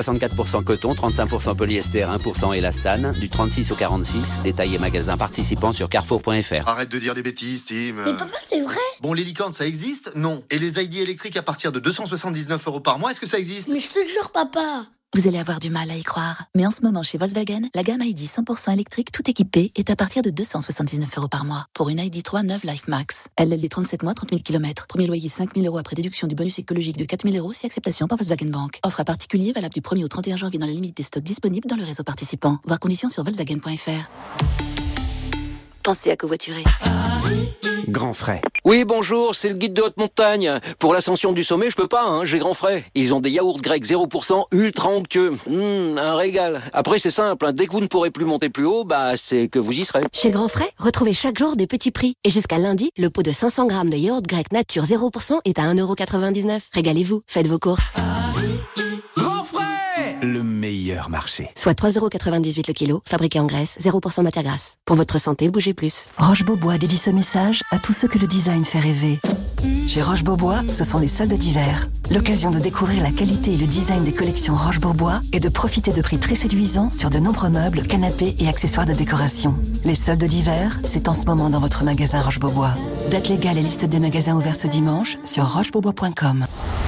64% coton, 35% polyester, 1% élastane, du 36 au 46, détaillé magasin participant sur carrefour.fr. Arrête de dire des bêtises, Tim. Mais papa, c'est vrai. Bon, les licornes, ça existe? Non. Et les ID électriques à partir de 279 € par mois, est-ce que ça existe? Mais je te jure, papa. Vous allez avoir du mal à y croire. Mais en ce moment, chez Volkswagen, la gamme ID 100% électrique tout équipée est à partir de 279 € par mois. Pour une ID 3 neuve Life Max. LLD 37 mois, 30 000 km. Premier loyer 5 000 € après déduction du bonus écologique de 4 000 € si acceptation par Volkswagen Bank. Offre à particulier valable du 1er au 31 janvier dans la limite des stocks disponibles dans le réseau participant. Voir conditions sur Volkswagen.fr. Pensez à covoiturer. Grand Frais. Oui, bonjour, c'est le guide de haute montagne. Pour l'ascension du sommet, je peux pas, j'ai Grand Frais. Ils ont des yaourts grecs 0% ultra onctueux. Un régal. Après, c'est simple, dès que vous ne pourrez plus monter plus haut, c'est que vous y serez. Chez Grand Frais, retrouvez chaque jour des petits prix. Et jusqu'à lundi, le pot de 500 grammes de yaourt grec nature 0% est à 1,99 €. Régalez-vous, faites vos courses. Grand Frais, le meilleur marché. Soit 3,98 € le kilo, fabriqué en Grèce, 0% matière grasse. Pour votre santé, bougez plus. Roche-Beaubois dédie ce message à tous ceux que le design fait rêver. Chez Roche-Beaubois, ce sont les soldes d'hiver. L'occasion de découvrir la qualité et le design des collections Roche-Beaubois et de profiter de prix très séduisants sur de nombreux meubles, canapés et accessoires de décoration. Les soldes d'hiver, c'est en ce moment dans votre magasin Roche-Beaubois. Date légale et liste des magasins ouverts ce dimanche sur rochebeaubois.com.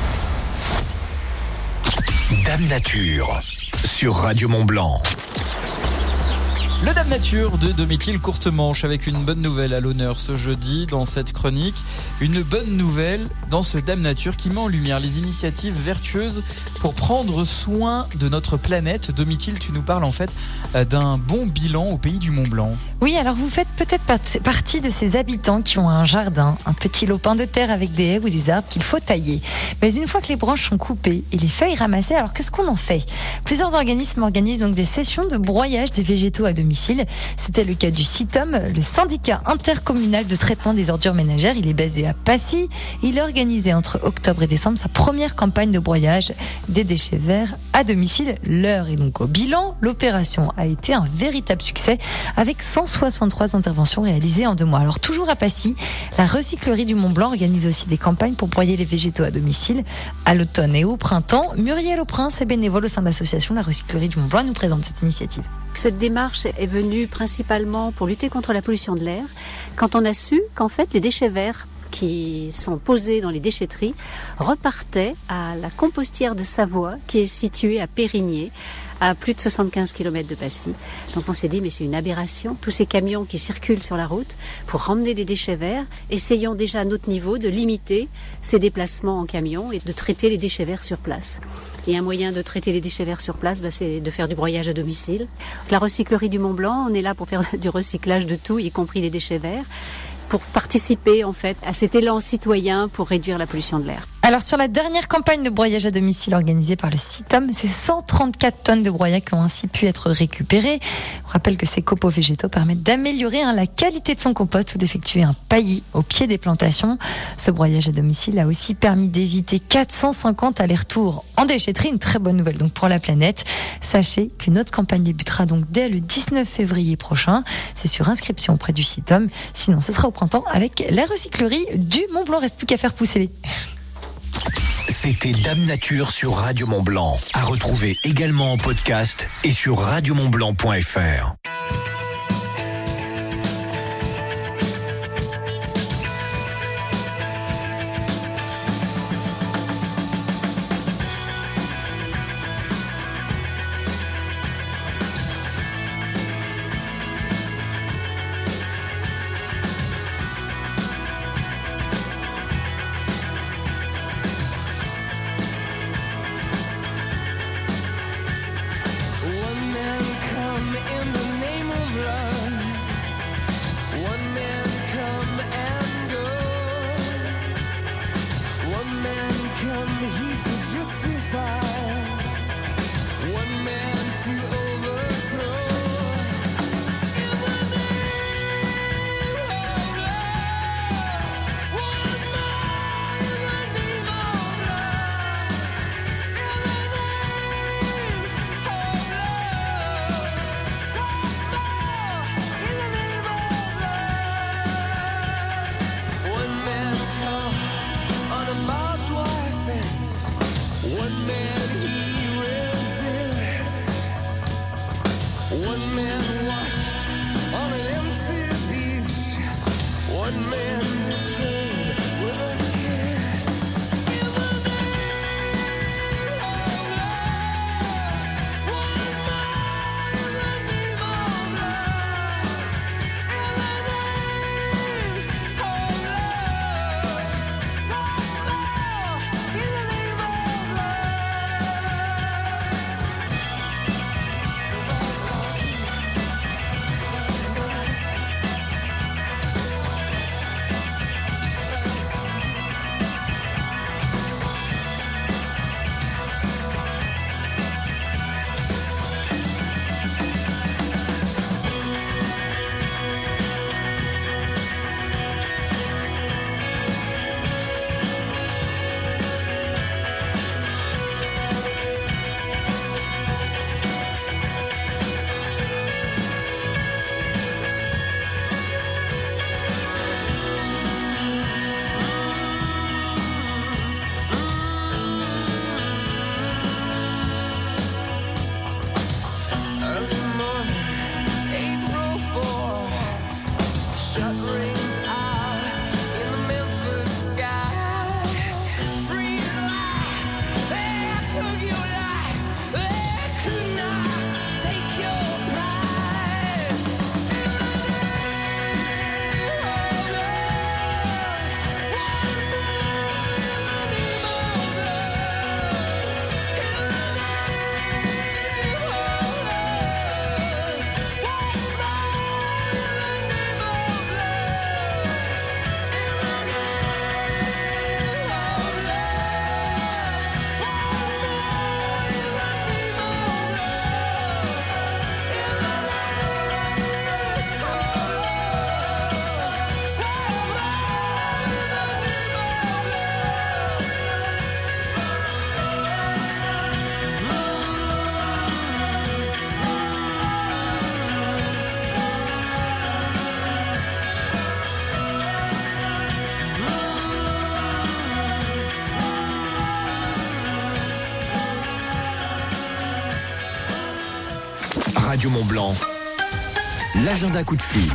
Dame Nature sur Radio Mont-Blanc. Le Dame Nature de Domitil Courtemanche avec une bonne nouvelle à l'honneur ce jeudi dans cette chronique. Une bonne nouvelle dans ce Dame Nature qui met en lumière les initiatives vertueuses pour prendre soin de notre planète. Domitil, tu nous parles en fait d'un bon bilan au pays du Mont-Blanc. Oui, alors vous faites peut-être partie de ces habitants qui ont un jardin, un petit lopin de terre avec des haies ou des arbres qu'il faut tailler. Mais une fois que les branches sont coupées et les feuilles ramassées, alors qu'est-ce qu'on en fait ? Plusieurs organismes organisent donc des sessions de broyage des végétaux à domicile. C'était le cas du CITOM, le syndicat intercommunal de traitement des ordures ménagères. Il est basé à Passy. Il a organisé entre octobre et décembre sa première campagne de broyage des déchets verts à domicile. L'heure est donc au bilan. L'opération a été un véritable succès avec 163 interventions réalisées en 2 mois. Alors toujours à Passy, la recyclerie du Mont-Blanc organise aussi des campagnes pour broyer les végétaux à domicile à l'automne et au printemps. Muriel Auprince est bénévole au sein de l'association La Recyclerie du Mont-Blanc. Elle nous présente cette initiative. Cette démarche est venue principalement pour lutter contre la pollution de l'air. Quand on a su qu'en fait les déchets verts qui sont posés dans les déchetteries repartaient à la compostière de Savoie qui est située à Périgné, à plus de 75 km de Passy. Donc on s'est dit, mais c'est une aberration. Tous ces camions qui circulent sur la route pour ramener des déchets verts, essayons déjà à notre niveau de limiter ces déplacements en camion et de traiter les déchets verts sur place. Et un moyen de traiter les déchets verts sur place, c'est de faire du broyage à domicile. La recyclerie du Mont-Blanc, on est là pour faire du recyclage de tout, y compris les déchets verts. pour participer en fait à cet élan citoyen pour réduire la pollution de l'air. Alors sur la dernière campagne de broyage à domicile organisée par le CITOM, c'est 134 tonnes de broyats qui ont ainsi pu être récupérées. On rappelle que ces copeaux végétaux permettent d'améliorer la qualité de son compost ou d'effectuer un paillis au pied des plantations. Ce broyage à domicile a aussi permis d'éviter 450 allers-retours en déchetterie, une très bonne nouvelle donc pour la planète. Sachez qu'une autre campagne débutera donc dès le 19 février prochain. C'est sur inscription auprès du CITOM. Sinon, ce sera au printemps avec la recyclerie du Mont-Blanc. Reste plus qu'à faire pousser les... C'était Dame Nature sur Radio Mont-Blanc. À retrouver également en podcast et sur radiomontblanc.fr. Radio Mont-Blanc, l'agenda coup de fil.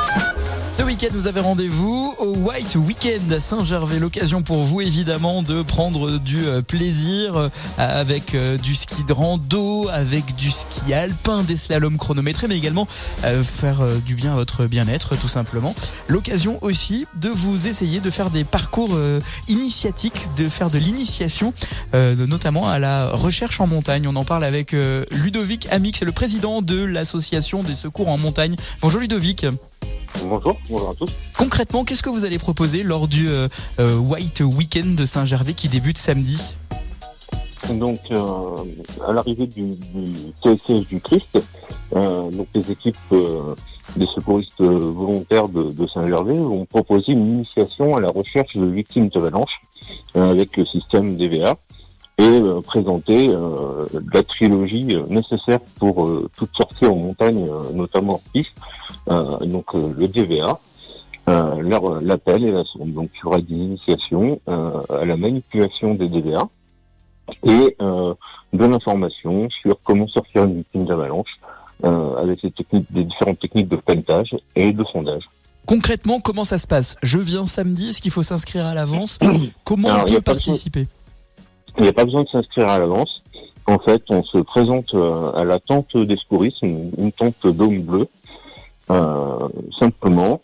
Ce week-end, vous avez rendez-vous au White Weekend à Saint-Gervais. L'occasion pour vous, évidemment, de prendre du plaisir avec du ski de rando, avec du ski alpin, des slaloms chronométrés, mais également faire du bien à votre bien-être, tout simplement. L'occasion aussi de vous essayer de faire des parcours initiatiques, de faire de l'initiation, notamment à la recherche en montagne. On en parle avec Ludovic Amix, c'est le président de l'association des secours en montagne. Bonjour Ludovic. bonjour à tous. Concrètement, qu'est-ce que vous allez proposer lors du White Weekend de Saint-Gervais qui débute samedi ? Donc, à l'arrivée du TSS du Christ, donc les équipes des secouristes volontaires de Saint-Gervais ont proposé une initiation à la recherche de victimes d'avalanche avec le système DVA et présenter la trilogie nécessaire pour toute sortie en montagne, notamment en piste, donc le DVA, l'appel et la sonde. Donc il y aura des initiations à la manipulation des DVA et de l'information sur comment sortir une victime d'avalanche avec des différentes techniques de pelletage et de sondage. Concrètement, comment ça se passe ? Je viens samedi, est-ce qu'il faut s'inscrire à l'avance ? Comment on peut participer ? Il n'y a pas besoin de s'inscrire à l'avance. En fait, on se présente à la tente des secouristes, une tente dôme bleu, simplement.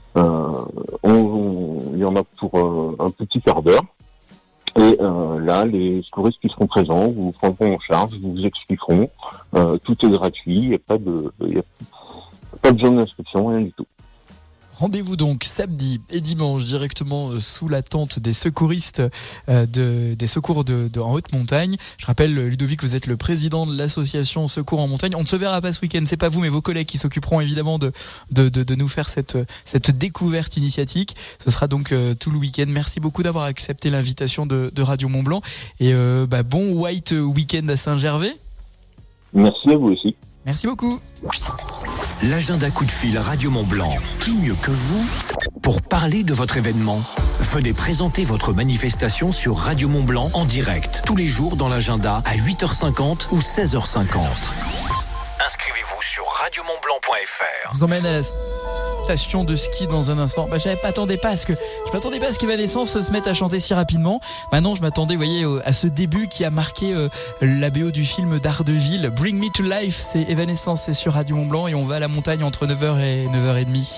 Il y en a pour un petit quart d'heure. Et là, les secouristes qui seront présents vous prendront en charge, vous expliqueront. Tout est gratuit, il n'y a pas de besoin d'inscription, rien du tout. Rendez-vous donc samedi et dimanche directement sous la tente des secouristes des secours en haute montagne. Je rappelle, Ludovic, vous êtes le président de l'association Secours en montagne. On ne se verra pas ce week-end, c'est pas vous mais vos collègues qui s'occuperont évidemment de nous faire cette découverte initiatique. Ce sera donc tout le week-end. Merci beaucoup d'avoir accepté l'invitation de Radio Mont-Blanc et bon White Weekend à Saint-Gervais. Merci à vous aussi. Merci beaucoup. L'agenda coup de fil Radio Mont-Blanc. Qui mieux que vous pour parler de votre événement ? Venez présenter votre manifestation sur Radio Mont-Blanc en direct tous les jours dans l'agenda à 8h50 ou 16h50. Inscrivez-vous sur radiomontblanc.fr. Je vous emmène à la station de ski dans un instant. Je m'attendais pas à ce qu'Evanescence se mette à chanter si rapidement. Maintenant, je m'attendais, à ce début qui a marqué la BO du film d'Ardeville. Bring Me to Life, c'est Evanescence, c'est sur Radio Mont-Blanc et on va à la montagne entre 9h et 9h30.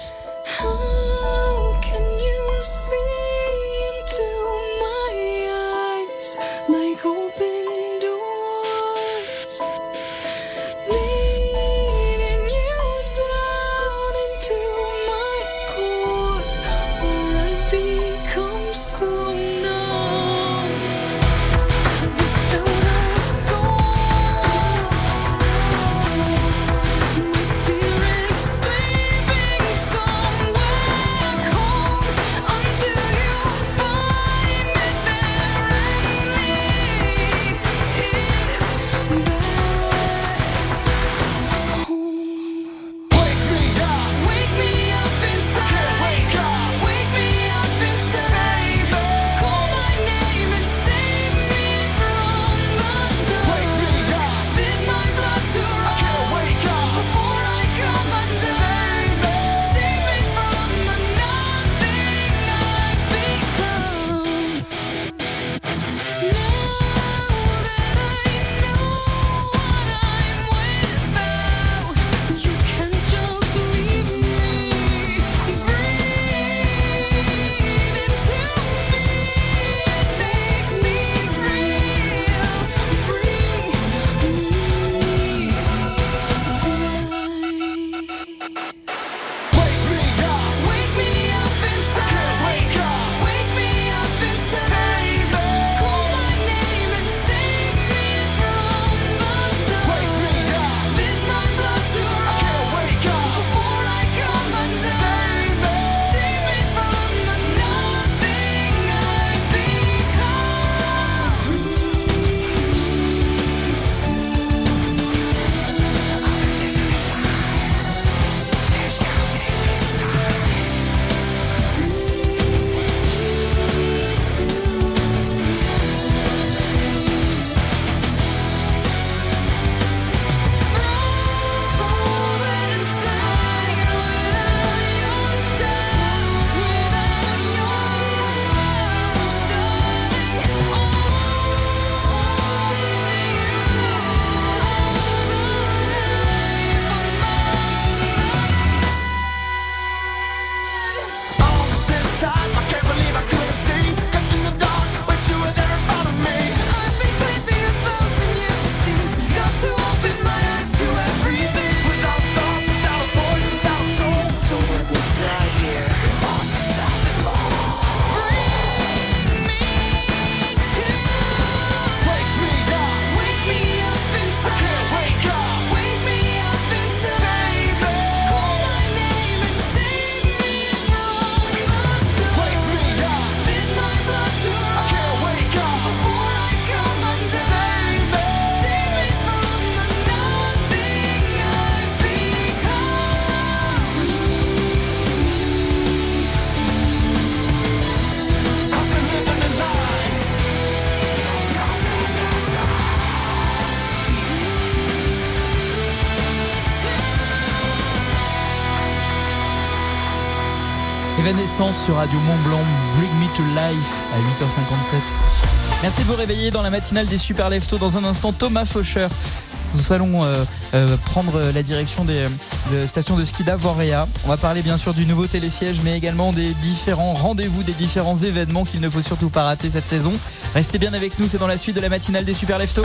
Evanescence sur Radio Mont-Blanc, Bring Me to Life à 8h57. Merci de vous réveiller dans la matinale des Super Leftos. Dans un instant, Thomas Faucheur. Nous allons prendre la direction des stations de ski d'Avoria. On va parler bien sûr du nouveau télésiège, mais également des différents rendez-vous, des différents événements qu'il ne faut surtout pas rater cette saison. Restez bien avec nous, c'est dans la suite de la matinale des Super Leftos.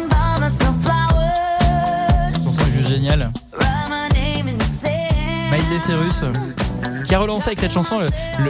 Chanson est juste géniale. Miley Cyrus qui a relancé avec cette chanson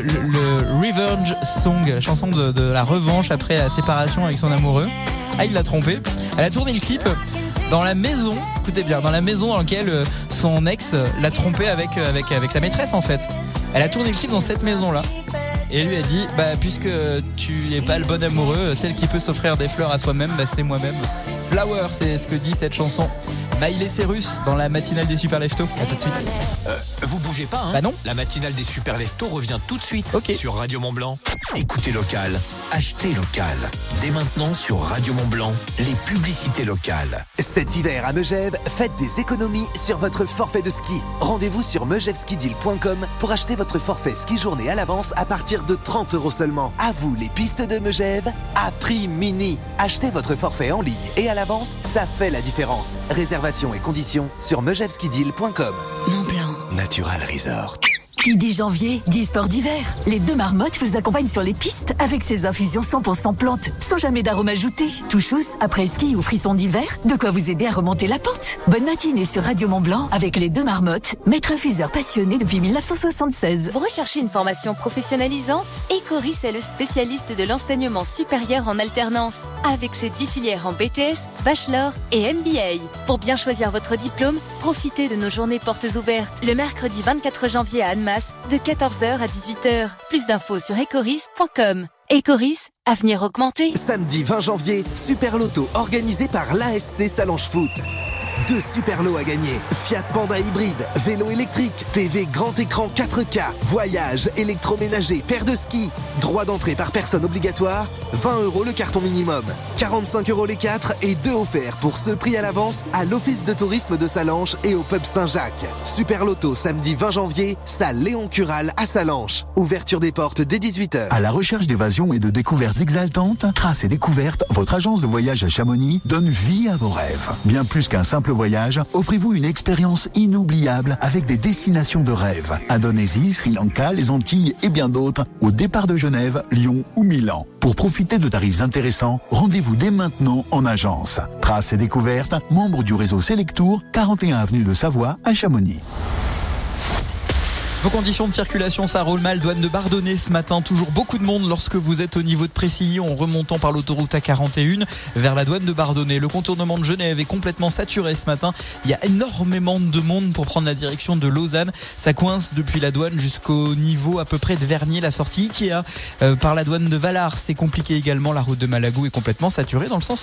le Revenge Song, la chanson de la revanche après la séparation avec son amoureux. Ah, il l'a trompé. Elle a tourné le clip dans la maison, écoutez bien, dans la maison dans laquelle son ex l'a trompé avec sa maîtresse en fait. Elle a tourné le clip dans cette maison-là. Et elle lui a dit, puisque tu n'es pas le bon amoureux, celle qui peut s'offrir des fleurs à soi-même, c'est moi-même. Flower, c'est ce que dit cette chanson. Miley Cyrus dans la matinale des Super Leftos. À tout de suite. Vous bougez pas, hein? Bah non. La matinale des Super Leftos revient tout de suite sur Radio Mont-Blanc. Écoutez local, achetez local. Dès maintenant sur Radio Mont-Blanc, les publicités locales. Cet hiver à Megève, faites des économies sur votre forfait de ski. Rendez-vous sur megevskideal.com pour acheter votre forfait ski journée à l'avance à partir de 30 € seulement. À vous les pistes de Megève, à prix mini. Achetez votre forfait en ligne et à l'avance, ça fait la différence. Réservation et conditions sur megevskideal.com. Mont-Blanc. Natural Resort. Qui dit janvier, dit sport d'hiver. Les Deux Marmottes vous accompagnent sur les pistes avec ces infusions 100% plantes, sans jamais d'arôme ajouté. Touchous, après ski ou frisson d'hiver, de quoi vous aider à remonter la pente. Bonne matinée sur Radio Mont-Blanc avec les Deux Marmottes, maître infuseur passionné depuis 1976. Vous recherchez une formation professionnalisante? Ecoris est le spécialiste de l'enseignement supérieur en alternance, avec ses 10 filières en BTS, Bachelor et MBA. Pour bien choisir votre diplôme, profitez de nos journées portes ouvertes le mercredi 24 janvier à Annemasse, de 14h à 18h. Plus d'infos sur ecoris.com. Ecoris, avenir augmenté. Samedi 20 janvier, Super Loto organisé par l'ASC Salange Foot. 2 super lots à gagner. Fiat Panda hybride, vélo électrique, TV grand écran 4K, voyage, électroménager, paire de ski. Droit d'entrée par personne obligatoire, 20 € le carton minimum. 45 € les 4 et 2 offerts pour ce prix à l'avance à l'Office de tourisme de Salanches et au pub Saint-Jacques. Super Loto samedi 20 janvier, salle Léon Cural à Salanches. Ouverture des portes dès 18h. À la recherche d'évasion et de découvertes exaltantes, Traces et Découvertes, votre agence de voyage à Chamonix, donne vie à vos rêves. Bien plus qu'un simple voyage, offrez-vous une expérience inoubliable avec des destinations de rêve. Indonésie, Sri Lanka, les Antilles et bien d'autres, au départ de Genève, Lyon ou Milan. Pour profiter de tarifs intéressants, rendez-vous dès maintenant en agence. Traces et Découvertes, membre du réseau Selectour, 41 avenue de Savoie à Chamonix. Vos conditions de circulation, ça roule mal. Douane de Bardonnay ce matin. Toujours beaucoup de monde lorsque vous êtes au niveau de Précilly en remontant par l'autoroute A41 vers la douane de Bardonnay. Le contournement de Genève est complètement saturé ce matin. Il y a énormément de monde pour prendre la direction de Lausanne. Ça coince depuis la douane jusqu'au niveau à peu près de Vernier. La sortie Ikea par la douane de Vallars, c'est compliqué également. La route de Malagou est complètement saturée dans le sens